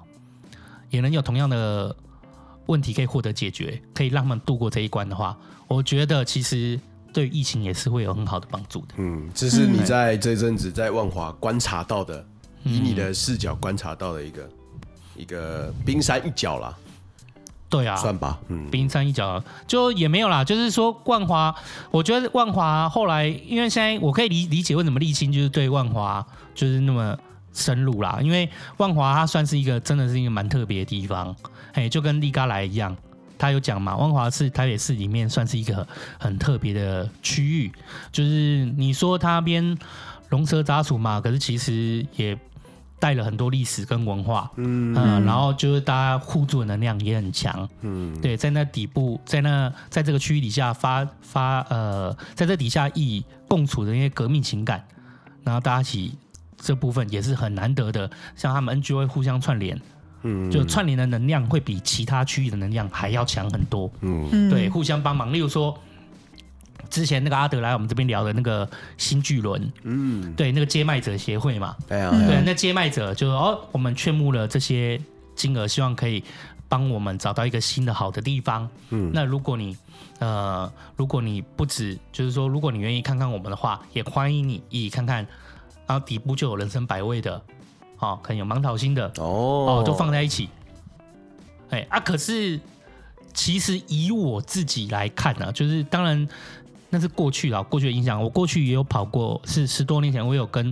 问题可以获得解决，可以让他们度过这一关的话，我觉得其实对疫情也是会有很好的帮助的。 这是你在这阵子在万华观察到的。以你的视角观察到的一个冰山一角啦， 对啊， 算吧， 冰山一角就也没有啦。就是说万华，我觉得万华后来，因为现在我可以理解为什么立青就是对万华就是那么深入啦，因为万华它算是真的是一个蛮特别的地方，就跟立嘎来一样，他有讲嘛，万华是台北市里面算是一个很特别的区域，就是你说它边龙蛇杂处嘛，可是其实也带了很多历史跟文化，然后就是大家互助的能量也很强，对，在那底部，在这个区域底下在这底下共处的那些革命情感，然后大家一起这部分也是很难得的，像他们 NGO 会互相串联，就串联的能量会比其他区域的能量还要强很多，对，互相帮忙，例如说。之前那个阿德来我们这边聊的那个新巨轮，对，那个接麦者协会嘛，对，那接麦者就我们劝募了这些金额，希望可以帮我们找到一个新的好的地方。那如果你不止，就是说，如果你愿意看看我们的话，也欢迎你一起看看。然后底部就有人生百味的，可能有芒桃心的，都放在一起。可是其实以我自己来看呢，就是当然。那是过去的影响。我过去也有跑过，是10多年前，我有跟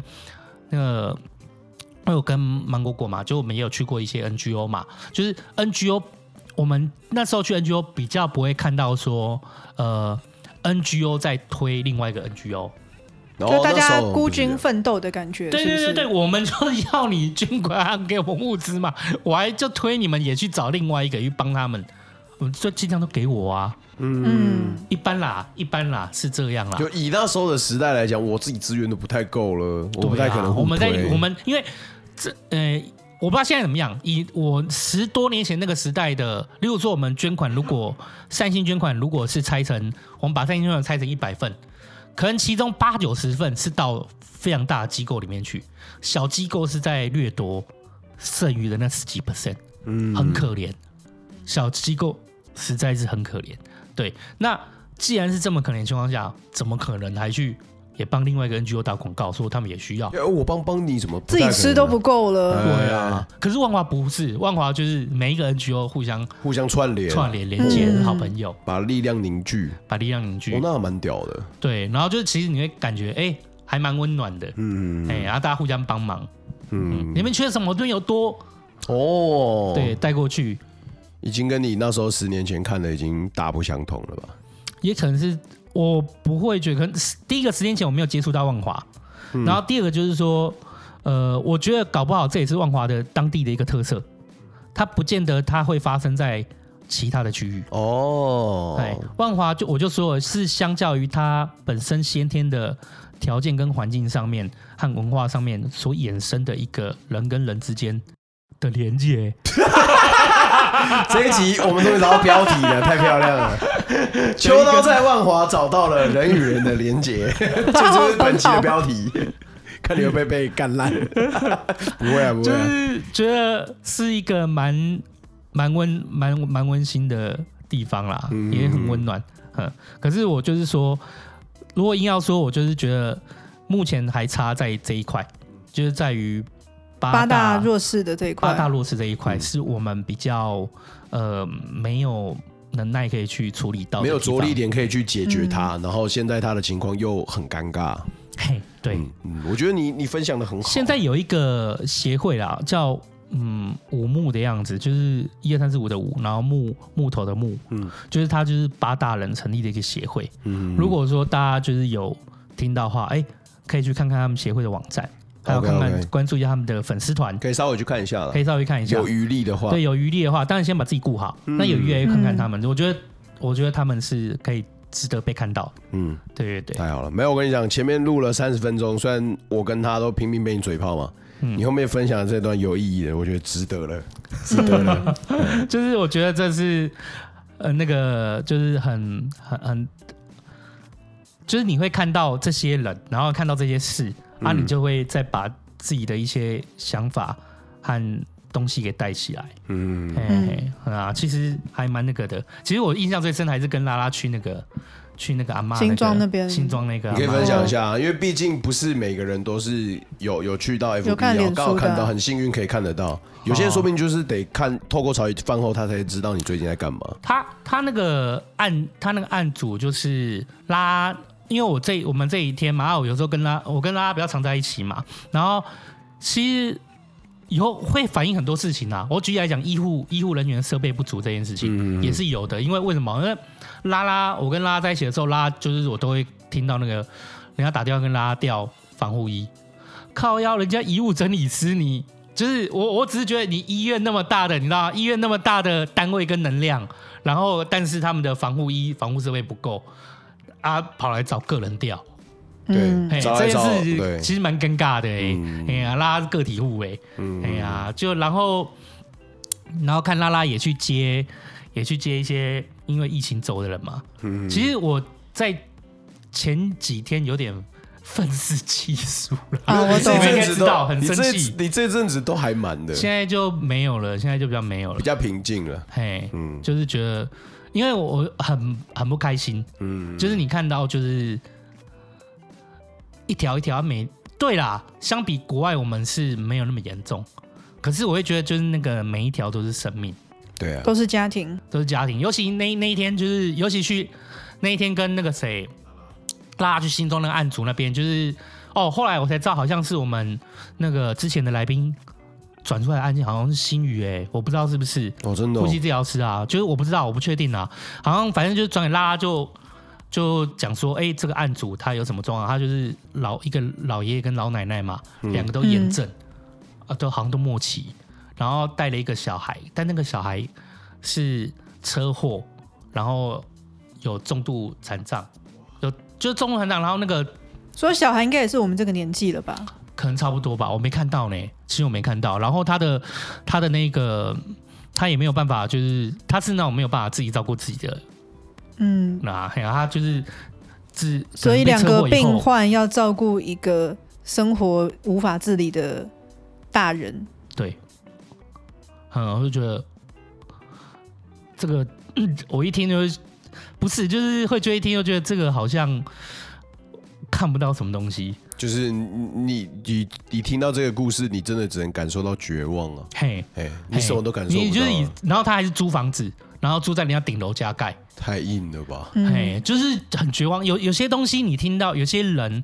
芒果果嘛，就我们也有去过一些 NGO 嘛，就是 NGO， 我们那时候去 NGO 比较不会看到说NGO 在推另外一个 NGO， 就大家孤军奋斗的感觉。 对对对对，我们就是要你军管给我们物资嘛，我还就推你们也去找另外一个去帮他们，就尽量都给我啊。一般啦，是这样啦。 就以那时候的时代来讲，我自己资源都不太够了，我不太可能互推。 我们因为我不知道现在怎么样。以我10多年前那个时代的，例如说我们捐款，如果善心捐款，如果是拆成，我们把善心捐款拆成100份，可能其中80-90份是到非常大的机构里面去，小机构是在掠夺剩余的那10几%，很可怜。小机构实在是很可怜。对，那既然是这么可怜的情况下，怎么可能还去也帮另外一个 NGO 打广告，说他们也需要？ 我帮你怎么自己吃都不够了？ 对啊，可是万华不是，万华就是每一个 NGO 互相串联连接，是好朋友， 把力量凝聚。那蛮屌的。 对，然后就是其实你会感觉还蛮温暖的，然后大家互相帮忙，你们缺什么，我这边有多对，带过去。 已经跟你那时候10年前看的已经大不相同了吧？ 也可能是我不会觉得，可能第一个10年前我没有接触到万华，然后第二个就是说，我觉得搞不好这也是万华的当地的一个特色，它不见得它会发生在其他的区域。对，万华我就说是相较于它本身先天的条件跟环境上面和文化上面所衍生的一个人跟人之间的连结。 这一集我们终于找到标题了，太漂亮了！秋刀在万华找到了人与人的连结，这就是本期的标题。看你会不会被干烂？不会啊， 就是觉得是一个蛮温馨的地方啦，也很温暖。可是我就是说，如果硬要说，我就是觉得目前还差在这一块，就是在于。 八大弱势的这一块， 八大弱势这一块是我们比较没有能耐可以去处理到的， 没有着力点可以去解决它，然后现在他的情况又很尴尬。 对， 我觉得你分享的很好。 现在有一个协会啦，叫五木的样子，就是1、2、3、4、5的5，然后木头的木，就是它就是8大人成立的一个协会。如果说大家就是有听到的话，可以去看看他们协会的网站。还有看看关注一下他们的粉丝团， 可以稍微去看一下了。有余力的话， 对，有余力的话，当然先把自己顾好。那有余力看看他们，我觉得他们是可以值得被看到。对， 太好了。没有，我跟你讲，前面录了30分钟，虽然我跟他都拼命被你嘴炮嘛，你后面分享的这段有意义的，我觉得值得了。 就是我觉得这是那个就是很，就是你会看到这些人，然后看到这些事。你就会再把自己的一些想法和东西给带起来。其实还蛮那个的。其实我印象最深还是跟拉拉去那个阿嬷新庄那边， 新庄那个， 你可以分享一下，因为毕竟不是每个人都是有去到 FB， 刚好看到，很幸运可以看得到。有些人说不定就是得看透过茶余饭后，他才知道你最近在干嘛。 他那个案主就是拉。因为我们这一天嘛，我有时候我跟拉比较常在一起嘛，然后其实以后会反映很多事情啊。我举例来讲，医护人员设备不足这件事情也是有的。因为为什么？因为我跟拉在一起的时候，拉就是我都会听到那个人家打电话跟拉调防护衣，靠腰，人家遗物整理师，你就是我只是觉得你医院那么大的，你知道吗？医院那么大的单位跟能量，然后但是他们的防护设备不够。跑来找个人调， 对， 这件事其实蛮尴尬的拉个体户就然后看拉拉也去接一些因为疫情走的人嘛。其实我在前几天有点愤世嫉俗了。 我懂， 应该知道，很生气。 你这阵子都还蛮的， 现在就没有了，现在就比较没有了， 比较平静了。 就是觉得。因为我很不开心，就是你看到就是一条一条对啦，相比国外我们是没有那么严重，可是我会觉得就是那个每一条都是生命， 对啊， 都是家庭， 尤其那一天就是尤其去那一天跟那个谁拉去新庄那个案主那边，就是后来我才知道好像是我们那个之前的来宾。转出来的案件好像是新宇我不知道是不是真的呼吸治疗师啊，就是我不知道，我不确定啊，好像反正就是转给拉拉就讲说，这个案主他有什么状况，他就是一个老爷爷跟老奶奶嘛，两个都炎症，都好像都末期，然后带了一个小孩，但那个小孩是车祸，然后有重度残障，就是重度残障，然后那个， 所以小孩应该也是我们这个年纪了吧？ 可能差不多吧，我没看到呢，其实我没看到。然后他的那个，他也没有办法，就是他是那种没有办法自己照顾自己的，他就是所以2个病患要照顾一个生活无法自理的大人， 对，我就觉得这个，我一听就不是，就是会觉得一听就觉得这个好像看不到什么东西。 就是你听到这个故事，你真的只能感受到绝望啊！你什么都感受不到。 然后他还是租房子，然后住在人家顶楼加盖， 太硬了吧？ 就是很绝望。有些东西你听到，有些人，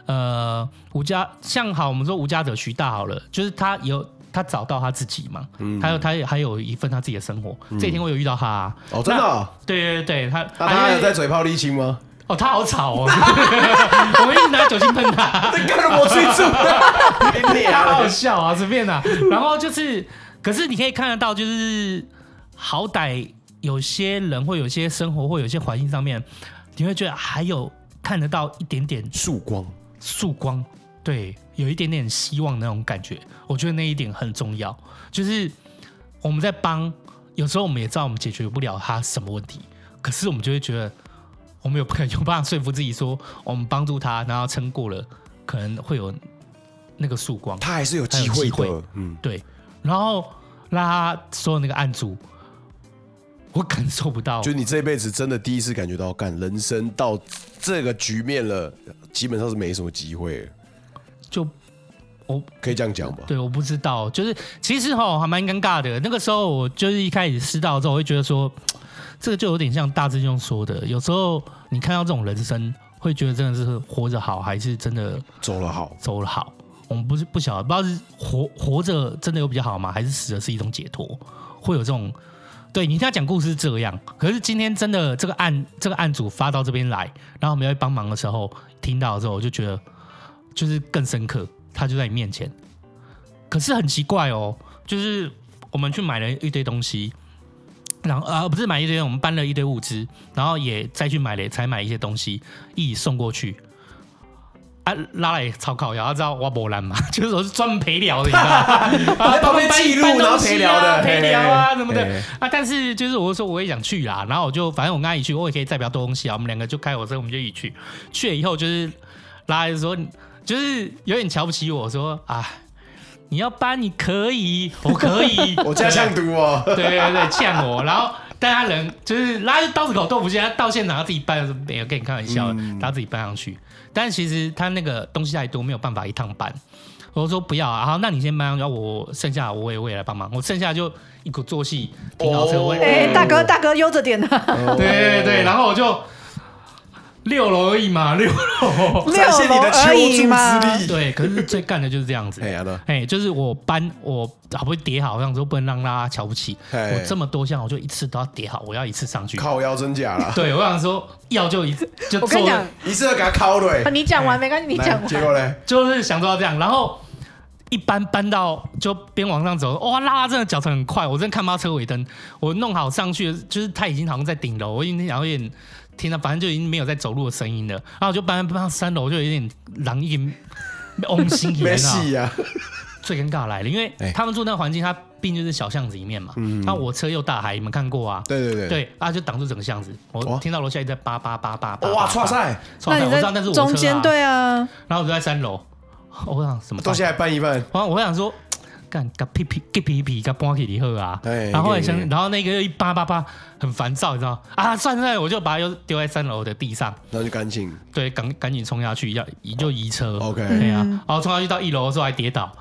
像好，我们说无家者徐大好了，就是他找到他自己嘛，还有一份他自己的生活。这一天我有遇到他哦，真的、哦？ 对，他有在嘴炮沥青吗？ 哦，他好吵哦！我们一直拿酒精喷他， 这干了我追住， 好好笑啊，随便啊。然后就是，可是你可以看得到，就是好歹有些人或有些生活或有些环境上面，你会觉得还有看得到一点点曙光， 对，有一点点希望那种感觉。我觉得那一点很重要，就是我们在帮，有时候我们也知道我们解决不了他什么问题，可是我们就会觉得。我们有办法说服自己说，我们帮助他，然后撑过了，可能会有那个曙光。 他还是有机会的， 对。然后让他说那个案主，我感受不到。 就你这辈子真的第一次感觉到，人生到这个局面了，基本上是没什么机会了。就我可以这样讲吧？ 对，我不知道，就是其实还蛮尴尬的。那个时候我就是一开始知道之后，我会觉得说。这个就有点像大师兄说的，有时候你看到这种人生，会觉得真的是活着好，还是真的走了好？ 我们不晓得，不知道是活着真的有比较好吗？还是死的是一种解脱？会有这种，对你听他讲故事是这样，可是今天真的这个案主发到这边来，然后我们要帮忙的时候，听到的时候，我就觉得就是更深刻，他就在你面前。可是很奇怪哦，就是我们去买了一堆东西。然后不是买一堆，我们搬了一堆物资，然后也再去采买一些东西，一起送过去。拉来超靠腰，他知道我没烂嘛，就是我是专门陪聊的，你知道吗？ 旁边记录，然后陪聊啊什么的但是就是我说我也想去啦，然后我就反正我跟他一起去，我也可以代表多东西啊。我们2个就开火车，我们就一起去。去了以后就是拉来说，就是有点瞧不起我说你要搬你可以，我可以， 我家呛毒哦， 对，呛我，然后但他人就是拉刀子口豆腐心，他到现场他自己搬，没有跟你开玩笑，他自己搬上去，但其实他那个东西太多，没有办法一趟搬。我说不要啊，好，那你先搬上去，我剩下我也来帮忙，我剩下就一股作气停好车位。 大哥悠着点啊， 对，然后我就。6楼而已嘛，6楼， 展现你的求助之力。 对，可是最干的就是这样子。就是我好不容易叠好，这样子不能让大家瞧不起。我这么多项，我就一次都要叠好，我要一次上去。 靠腰真假啦？ 对，我想说要就我跟你讲， 一次要给他敲对。 你讲完没关系，你讲完。 结果呢？ 就是想做到这样，然后一搬到就边往上走，哇，拉真的脚程很快，我真的看不到车尾灯。我弄好上去，就是他已经好像在顶楼，我已经有点。听到反正就已经没有在走路的声音了，然后我就搬到3楼，就有点狼一点翁心没戏啊！ 最尴尬来了，因为他们住那个环境，它毕竟就是小巷子里面嘛。那我车又大海，你们看过啊？ 对， 就挡住整个巷子。我听到楼下一直在叭叭叭叭叭。 哇，唰塞！ 那你在中间对啊？ 然后我就在3楼，我想什么东西还搬一半。 我想说。干个屁个搬起以后啊，然后然后那个又一叭叭叭很烦躁，你知道算了，我就把它又丢在3楼的地上， 然后就赶紧冲下去，就移车 ，OK， 对啊，然后冲下去到1楼的时候还跌倒。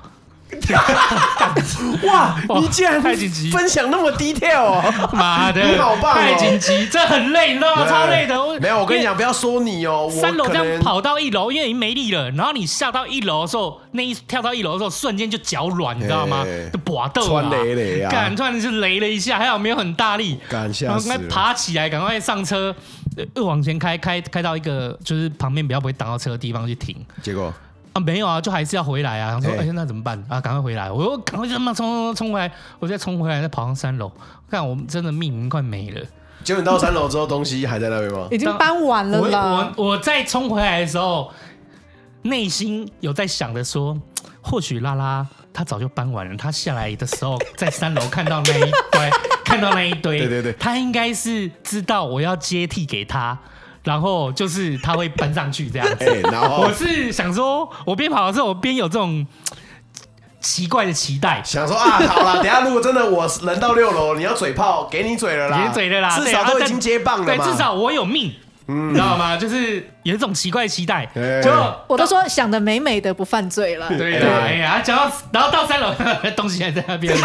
哇！你竟然分享那么 detail 哦！ 妈的， 你好棒哦！ 太紧急，这很累，你知道吗？超累的。 没有，我跟你讲，不要说你哦。 3楼这样跑到1楼，因为已经没力了。然后你下到1楼的时候，跳到1楼的时候，瞬间就脚软，你知道吗？就拔豆穿雷啊！ 突然就雷了一下，还好没有很大力。 然后赶快爬起来，赶快上车，又往前开到一个就是旁边比较不会挡到车的地方去停。 结果。 没有啊，就还是要回来啊。想说，那怎么办啊？赶快回来！我又赶快就冲回来，我再冲回来，再跑上3楼。看我们真的命快没了。 结果你到3楼之后，东西还在那边吗？ 已经搬完了啦。 我再冲回来的时候，内心有在想着说， 或许拉拉他早就搬完了，他下来的时候在3楼看到那一堆， 对， 他应该是知道我要接替给他。然后就是他会搬上去这样子， 然后我是想说，我边跑的时候，我边有这种奇怪的期待， 想说啊，好啦，等一下如果真的我人到6楼，你要嘴炮，给你嘴了啦， 给你嘴了啦， 至少都已经接棒了嘛， 对，至少我有命。你知道吗？就是有一种奇怪的期待，就我都说想的美美的不犯罪了。 对啦，哎呀，讲到然后到3楼，东西还在那边，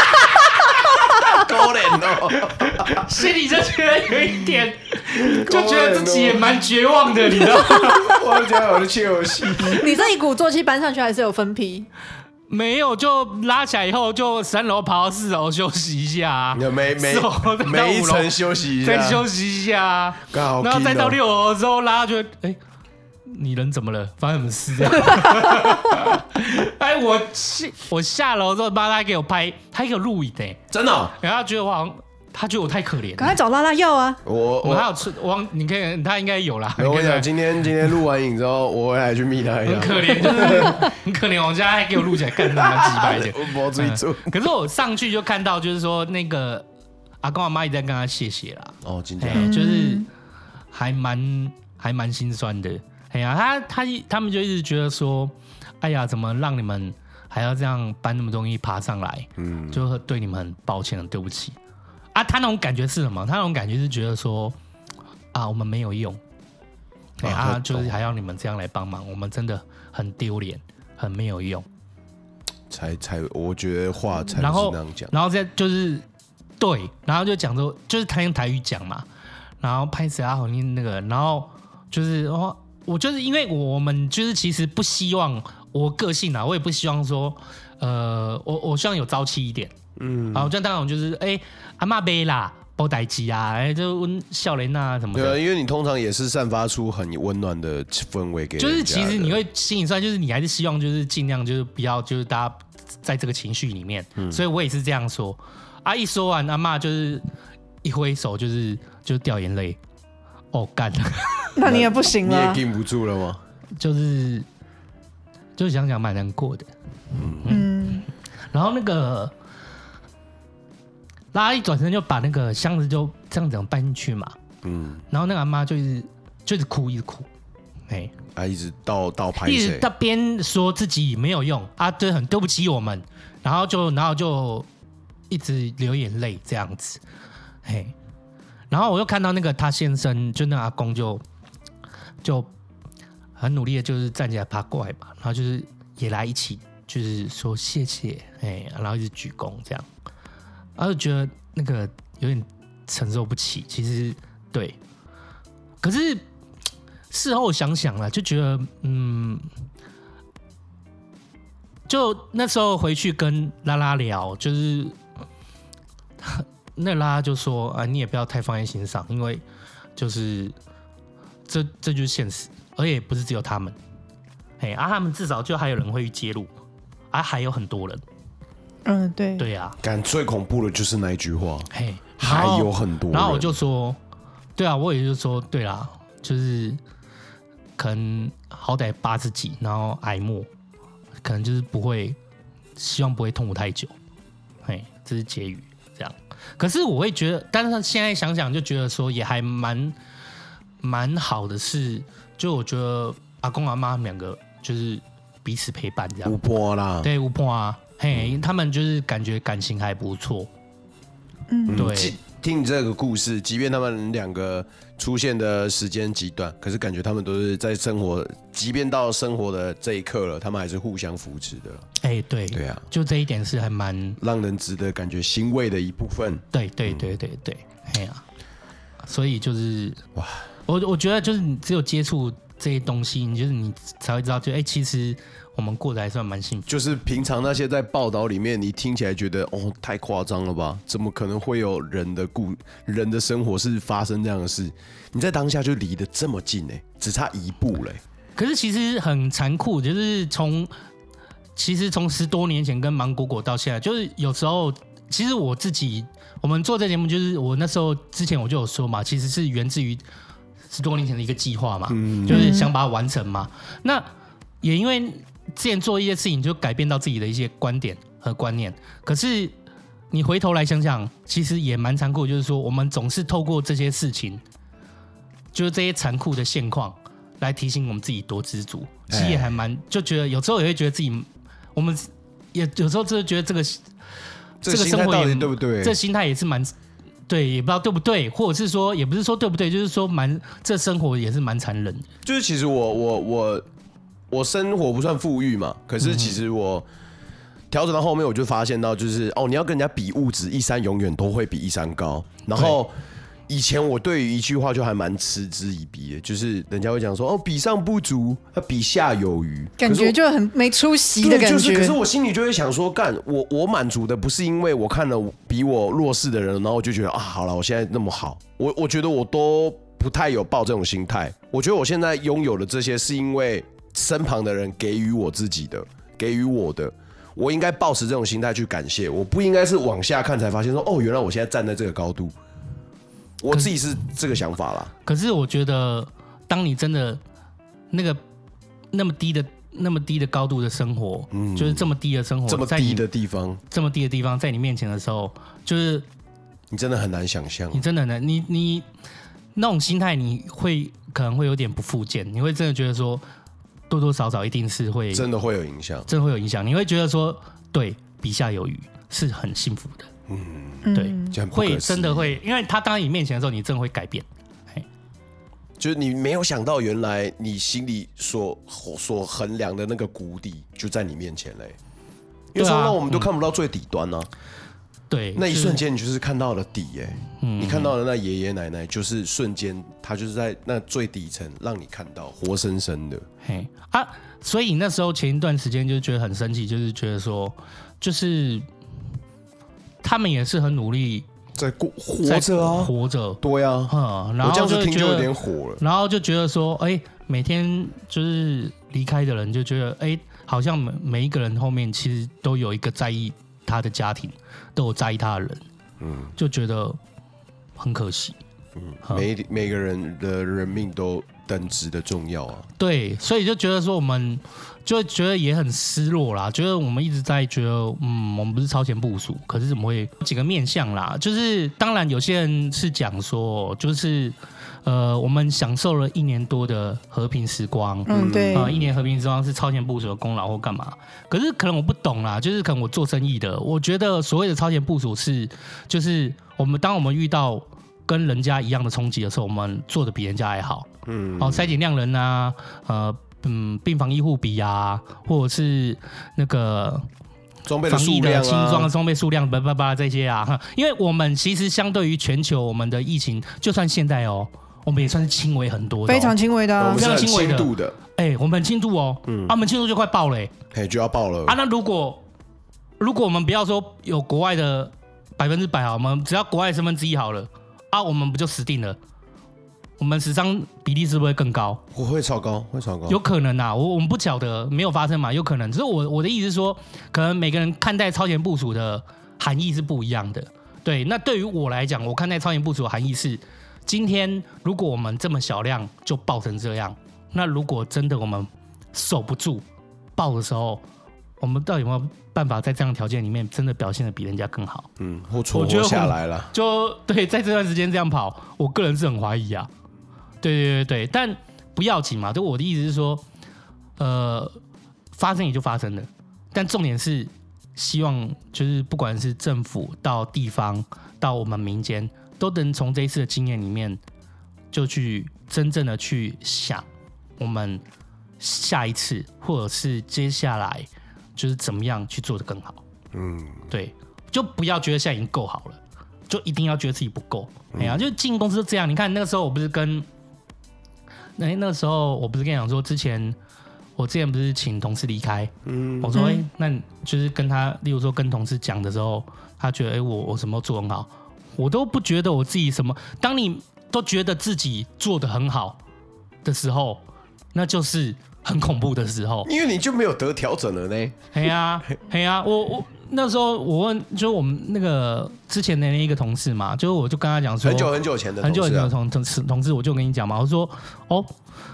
勾脸哦， 心里就觉得有一点，就觉得自己也蛮绝望的，你知道吗？ 我讲我的切游戏， 你这一股作气搬上去还是有分批？ 没有，就拉起来以后就3楼跑到4楼休息一下， 每一层休息一下， 再休息一下，然后再到6楼之后拉，觉得你人怎么了？发生什么事这样？我下楼之后，妈他给我拍，他给我录影的， 真的、哦。 然后他觉得我好像，他觉得我太可怜， 赶快找拉拉要啊！ 我还有吃，你可以，他应该有啦。 我跟你讲，今天录完影之后，我会来去密他一下。 很可怜，就是很可怜，我家还给我录起来，干他妈鸡掰的。 我追住。 可是我上去就看到，就是说那个阿公阿妈一直在跟他谢谢啦。 哦，今天就是还蛮心酸的。哎呀，他们就一直觉得说，哎呀，怎么让你们还要这样搬那么东西爬上来？就对你们很抱歉，很对不起。啊，他那种感觉是什么？他那种感觉是觉得说，啊，我们没有用，就是还要你们这样来帮忙，我们真的很丢脸，很没有用。 才，我觉得话才是那样讲。 然后再就是对，然后就讲说，就是他用台语讲嘛，然后拍谁啊好念那个，然后就是我就是因为我们就是其实不希望我个性啊，我也不希望说，我希望有朝气一点，然后这样当然就是阿嬷杯啦，包代机啊，就温笑脸啊什么的。 对啊，因为你通常也是散发出很温暖的氛围给人家的， 就是其实你会心里算，就是你还是希望就是尽量就是不要就是大家在这个情绪里面，所以我也是这样说。啊，一说完阿嬷就是一挥手就是掉眼泪，干。 那你也不行了， 你也禁不住了吗？ 就是想想蛮难过的，然后那个拉一转身就把那个箱子就这样子搬进去嘛，然后那个阿妈就一直哭，一直哭， 一直倒拍， 一直到边说自己没有用啊，对，很对不起我们，然后就一直流眼泪这样子，然后我又看到那个他先生，就那个阿公就很努力的，就是站起来爬过来嘛，然后就是也来一起，就是说谢谢，然后一直鞠躬这样，然后就觉得那个有点承受不起，其实对，可是事后想想了，就觉得就那时候回去跟拉拉聊，就是那拉拉就说啊，你也不要太放在心上，因为就是这就是现实，而且不是只有他们，他们至少就还有人会去揭露，还有很多人， 对， 对啊， 最恐怖的就是那一句话，还有很多人， 然后我就说，对啊，我也就说，对啦，就是可能好歹80几，然后癌末，可能就是希望不会痛苦太久，这是结语这样。可是我会觉得，但是现在想想就觉得说也还蛮好的是，就我觉得阿公阿妈他们2个就是彼此陪伴这样。 有伴啦， 对，有伴啊，他们就是感觉感情还不错。对。 听你这个故事，即便他们2个出现的时间极短，可是感觉他们都是在生活，即便到生活的这一刻了，他们还是互相扶持的了。 对啊， 就这一点是还蛮让人值得感觉欣慰的一部分。 对，所以就是哇，我觉得就是你只有接触这些东西，你才会知道，其实我们过得还算蛮幸福。 就是平常那些在报道里面，你听起来觉得太夸张了吧？怎么可能会有人的生活是发生这样的事？你在当下就离得这么近只差1步嘞。 可是其实很残酷，就是从10多年前跟芒果果到现在，就是有时候其实我们做这节目，就是我那时候之前我就有说嘛，其实是源自于10多年前的一个计划嘛，就是想把它完成嘛。那也因为之前做一些事情就改变到自己的一些观点和观念，可是你回头来想想，其实也蛮残酷的，就是说我们总是透过这些事情，就是这些残酷的现况来提醒我们自己多知足。其实也还蛮就觉得有时候也会觉得自己，我们也有时候真的觉得这个生活也对不对？ 这心态也是蛮。对，也不知道对不对，或者是说，也不是说对不对，就是说这生活也是蛮残忍的。 就是其实我生活不算富裕嘛，可是其实我调整到后面，我就发现到就是你要跟人家比物质，一山永远都会比一山高。然后以前我对于一句话就还蛮嗤之以鼻的，就是人家会讲说比上不足，比下有余， 感觉就很没出息的感觉。 可是我心里就会想说，我满足的不是因为我看了比我弱势的人，然后我就觉得好了，我现在那么好，我觉得我都不太有抱这种心态。我觉得我现在拥有的这些，是因为身旁的人给予我自己的，给予我的。我应该抱持这种心态去感谢，我不应该是往下看才发现说，原来我现在站在这个高度。我自己是这个想法啦。 可是我觉得，当你真的那么低的高度的生活，就是这么低的生活， 这么低的地方， 在你面前的时候，就是你真的很难想象。 你真的很难，你那种心态，你可能会有点不复健，你会真的觉得说，多多少少一定是会真的会有影响， 真的会有影响。你会觉得说，对，比下有余是很幸福的。对，会真的会，因为他当你面前的时候，你真的会改变。 就是你没有想到，原来你心里所衡量的那个谷底就在你面前嘞。因为从来我们都看不到最底端啊。 对， 那一瞬间你就是看到了底你看到了那爷爷奶奶，就是瞬间他就是在那最底层让你看到活生生的。 所以那时候前一段时间就觉得很生气，就是觉得说，就是他们也是很努力在活着啊， 活着， 对啊， 然后我这样子听就有点火了， 然后就觉得说，每天就是离开的人就觉得，好像每一个人后面其实都有一个在意他的家庭，都有在意他的人，就觉得很可惜， 每个人的人命都等值的重要啊， 对，所以就觉得说我们就觉得也很失落啦，觉得我们一直在觉得，我们不是超前部署，可是怎么会几个面向啦？就是当然有些人是讲说，就是我们享受了1年多的和平时光， 对 ，1年和平时光是超前部署的功劳或干嘛？可是可能我不懂啦，就是可能我做生意的，我觉得所谓的超前部署是，就是当我们遇到跟人家一样的冲击的时候，我们做的比人家还好，筛检量人啊，病房医护比啊，或者是那个装备的数量轻装的装备数量，这些啊，因为我们其实相对于全球我们的疫情，就算现在我们也算是轻微很多的， 非常轻微的， 我们是很轻度的， 我们很轻度我们轻度就快爆了， 就要爆了那如果我们不要说有国外的100%好，我们只要国外的1/10好了我们不就死定了？我们死伤比例是不是会更高？ 会超高， 有可能啊，我们不晓得，没有发生嘛，有可能。只是我的意思是说，可能每个人看待超前部署的含义是不一样的。对，那对于我来讲，我看待超前部署的含义是，今天如果我们这么小量就爆成这样，那如果真的我们守不住爆的时候，我们到底有没有办法在这样的条件里面真的表现得比人家更好？ 或存活下来了？ 就对，在这段时间这样跑，我个人是很怀疑啊。对，但不要紧嘛。就我的意思是说，发生也就发生了，但重点是希望就是不管是政府到地方到我们民间，都能从这一次的经验里面，就去真正的去想我们下一次或者是接下来就是怎么样去做得更好。对，就不要觉得现在已经够好了，就一定要觉得自己不够。就进公司就这样。你看那个时候我不是那个时候我不是跟你讲说，我之前不是请同事离开，我说那就是跟他，例如说跟同事讲的时候，他觉得我什么做很好，我都不觉得我自己什么。当你都觉得自己做得很好的时候，那就是很恐怖的时候， 因为你就没有得调整了呢。 我那时候我问，就是我们那个之前的那一个同事嘛，就我就跟他讲说， 很久前的同事，我就跟你讲嘛，我说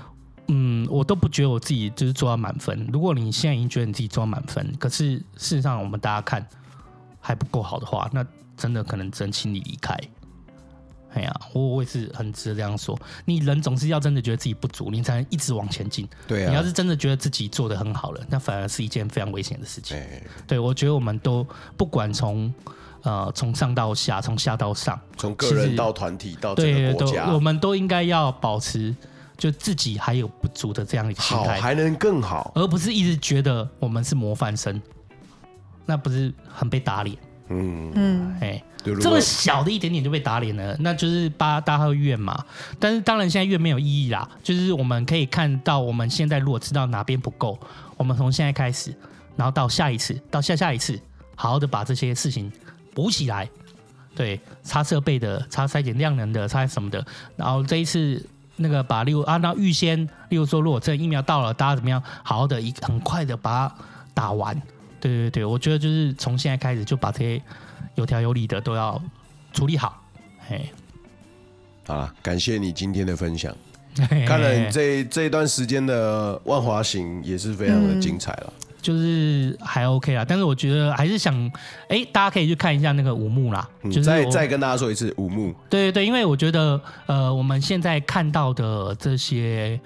我都不觉得我自己就是做到满分。如果你现在已经觉得你自己做到满分，可是事实上我们大家看还不够好的话，那真的可能只能请你离开。哎呀，我也是很值得这样说。你人总是要真的觉得自己不足，你才能一直往前进。 对啊， 你要是真的觉得自己做得很好了，那反而是一件非常危险的事情。对，我觉得我们都不管从上到下，从下到上， 从个人到团体到整个国家， 我们都应该要保持就自己还有不足的这样一个心态， 好还能更好， 而不是一直觉得我们是模范生，那不是很被打脸？这么小的一点点就被打脸了，那就是大家会怨嘛。但是当然现在怨没有意义啦，就是我们可以看到，我们现在如果知道哪边不够，我们从现在开始，然后到下一次，到下一次，好好的把这些事情补起来。对，插设备的，插筛检量能的，插什么的，然后这一次那个把那预先，例如说，如果这疫苗到了，大家怎么样，好好的很快的把它打完。对，我觉得就是从现在开始就把这些有条有理的都要处理好。 好了，感谢你今天的分享。看了你这段时间的万华行也是非常的精彩了。 就是还 OK 啦，但是我觉得还是想，大家可以去看一下那个五木啦。就是再跟大家说一次，五木。 对，因为我觉得我们现在看到的这些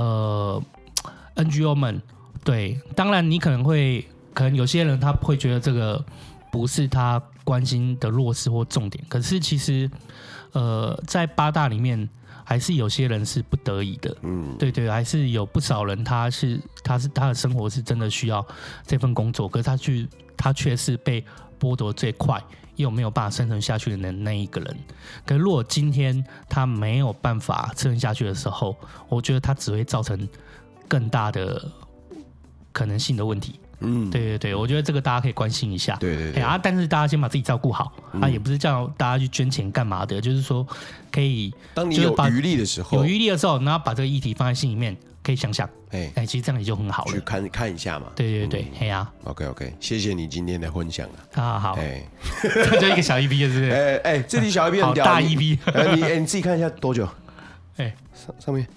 NGO 们，对，当然你可能有些人他会觉得这个不是他关心的弱势或重点，可是其实在8大里面还是有些人是不得已的，对，还是有不少人他的生活是真的需要这份工作，可是他却是被剥夺最快又没有办法生存下去的那一个人。可是如果今天他没有办法生存下去的时候，我觉得他只会造成更大的可能性的问题。对，我觉得这个大家可以关心一下。 对， 但是大家先把自己照顾好，也不是叫大家去捐钱干嘛的，就是说可以， 当你有余力的时候， 然后把这个议题放在心里面，可以想想，其实这样也就很好了， 去看一下嘛。 对， OK， 谢谢你今天的分享啊。好，这就一个小 EP 是不是？ 这题小 EP 很屌， 大 EP， 你自己看一下多久？上面。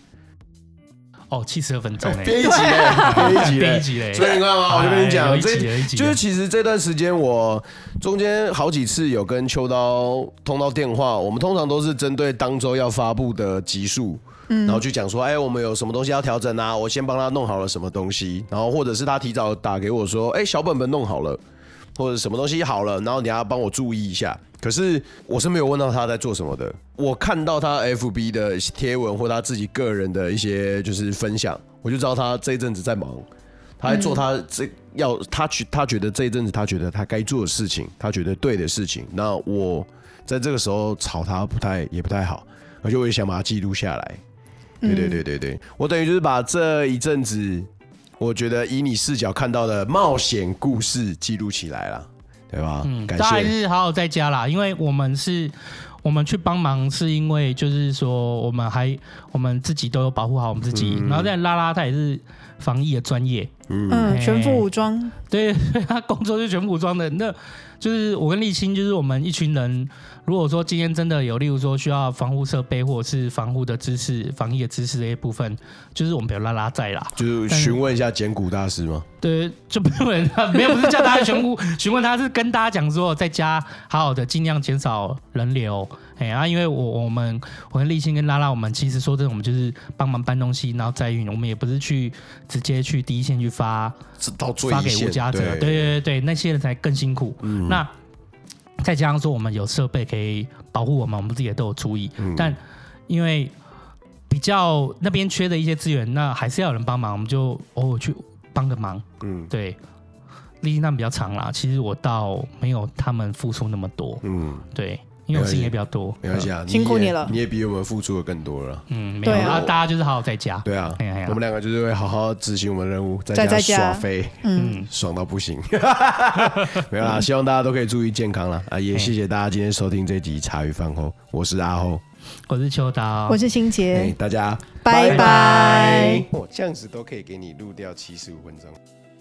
72分钟编一集嘞，所以你看嘛，我就跟你讲，就是其实这段时间我中间好几次有跟秋刀通到电话，我们通常都是针对当周要发布的集数，然后去讲说，我们有什么东西要调整啊，我先帮他弄好了什么东西，然后或者是他提早打给我说，小本本弄好了，或者什么东西好了，然后你要帮我注意一下。可是我是没有问到他在做什么的，我看到他 FB 的贴文或他自己个人的一些就是分享，我就知道他这一阵子在忙，他在做他觉得这一阵子他觉得他该做的事情，他觉得对的事情。那我在这个时候吵他也不太好，而且我也想把它记录下来。对，我等于就是把这一阵子我觉得以你视角看到的冒险故事记录起来了。对吧？感谢。 大家还是好好在家啦，因为我们去帮忙，是因为就是说我们自己都有保护好我们自己，然后在拉他也是防疫的专业， 全副武装， 对，他工作是全副武装的。那就是我跟立青，就是我们一群人，如果说今天真的有，例如说需要防护设备或者是防护的知识、防疫的知识这些部分，就是我们比如拉在啦， 就是询问一下简骨大师吗？ 对，就不用没有，不是叫大家询问他，是跟大家讲说，在家好好的尽量减少人流。因为我跟立新跟拉，我们其实说真的，我们就是帮忙搬东西，然后载运，我们也不是直接去第一线去发给无家者，对，那些人才更辛苦。那再加上说我们有设备可以保护我们自己也都有注意，但因为比较那边缺的一些资源，那还是要有人帮忙，我们就偶尔去帮个忙。对，立新他们比较长啦，其实我倒没有他们付出那么多。对。因为我事情也比较多， 没关系啊， 辛苦你了， 你也比我们付出的更多了。 没有，大家就是好好在家。 对啊，我们两个就是会好好执行我们的任务，在家耍飞，爽到不行。没有啦，希望大家都可以注意健康啦。也谢谢大家今天收听这集茶余饭后，我是阿后， 我是秋刀， 我是欣杰， 大家拜拜。 这样子都可以给你录掉75分钟。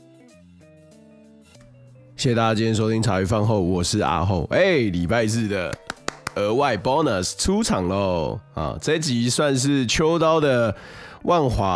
谢谢大家今天收听茶余饭后，我是阿后。礼拜日的额外 bonus 出场喽！这一集算是秋刀的万华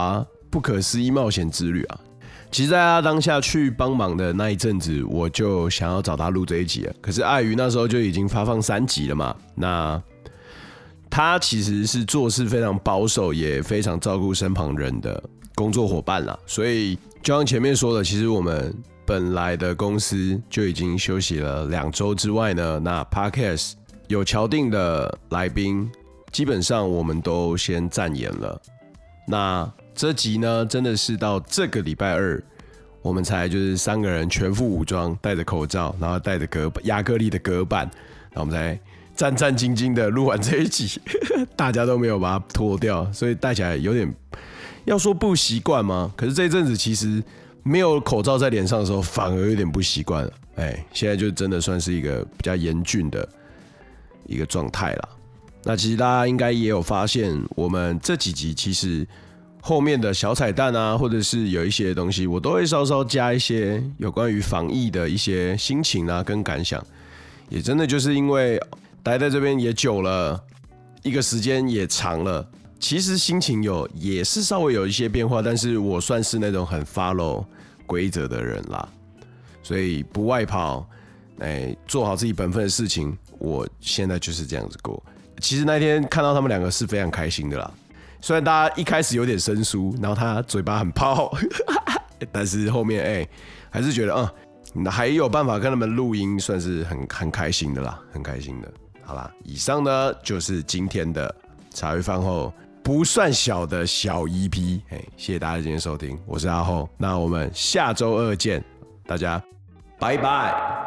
不可思议冒险之旅啊。其实在他当下去帮忙的那一阵子，我就想要找他录这一集了，可是碍于那时候就已经发放3集了嘛，那他其实是做事非常保守，也非常照顾身旁人的工作伙伴啦，所以就像前面说的，其实我们本来的公司就已经休息了2周之外呢，那 Podcast 有敲定的来宾，基本上我们都先暂延了。那这集呢，真的是到这个礼拜2，我们才就是3个人全副武装，戴着口罩，然后戴着亚克力的隔板，然后我们才战战兢兢的录完这一集，大家都没有把它脱掉，所以戴起来有点要说不习惯吗？可是这一阵子其实没有口罩在脸上的时候，反而有点不习惯了。现在就真的算是一个比较严峻的一个状态啦。那其实大家应该也有发现，我们这几集其实后面的小彩蛋啊，或者是有一些东西，我都会稍稍加一些有关于防疫的一些心情啊跟感想。也真的就是因为待在这边也久了，一个时间也长了，其实心情也是稍微有一些变化，但是我算是那种很 follow 规则的人啦，所以不外跑，做好自己本分的事情，我现在就是这样子过。其实那天看到他们2个是非常开心的啦，虽然大家一开始有点生疏，然后他嘴巴很泡，但是后面还是觉得还有办法跟他们录音，算是很开心的啦，很开心的。好啦，以上呢就是今天的茶余饭后不算小的小 EP， 谢谢大家今天收听，我是阿厚，那我们下周2见，大家拜拜。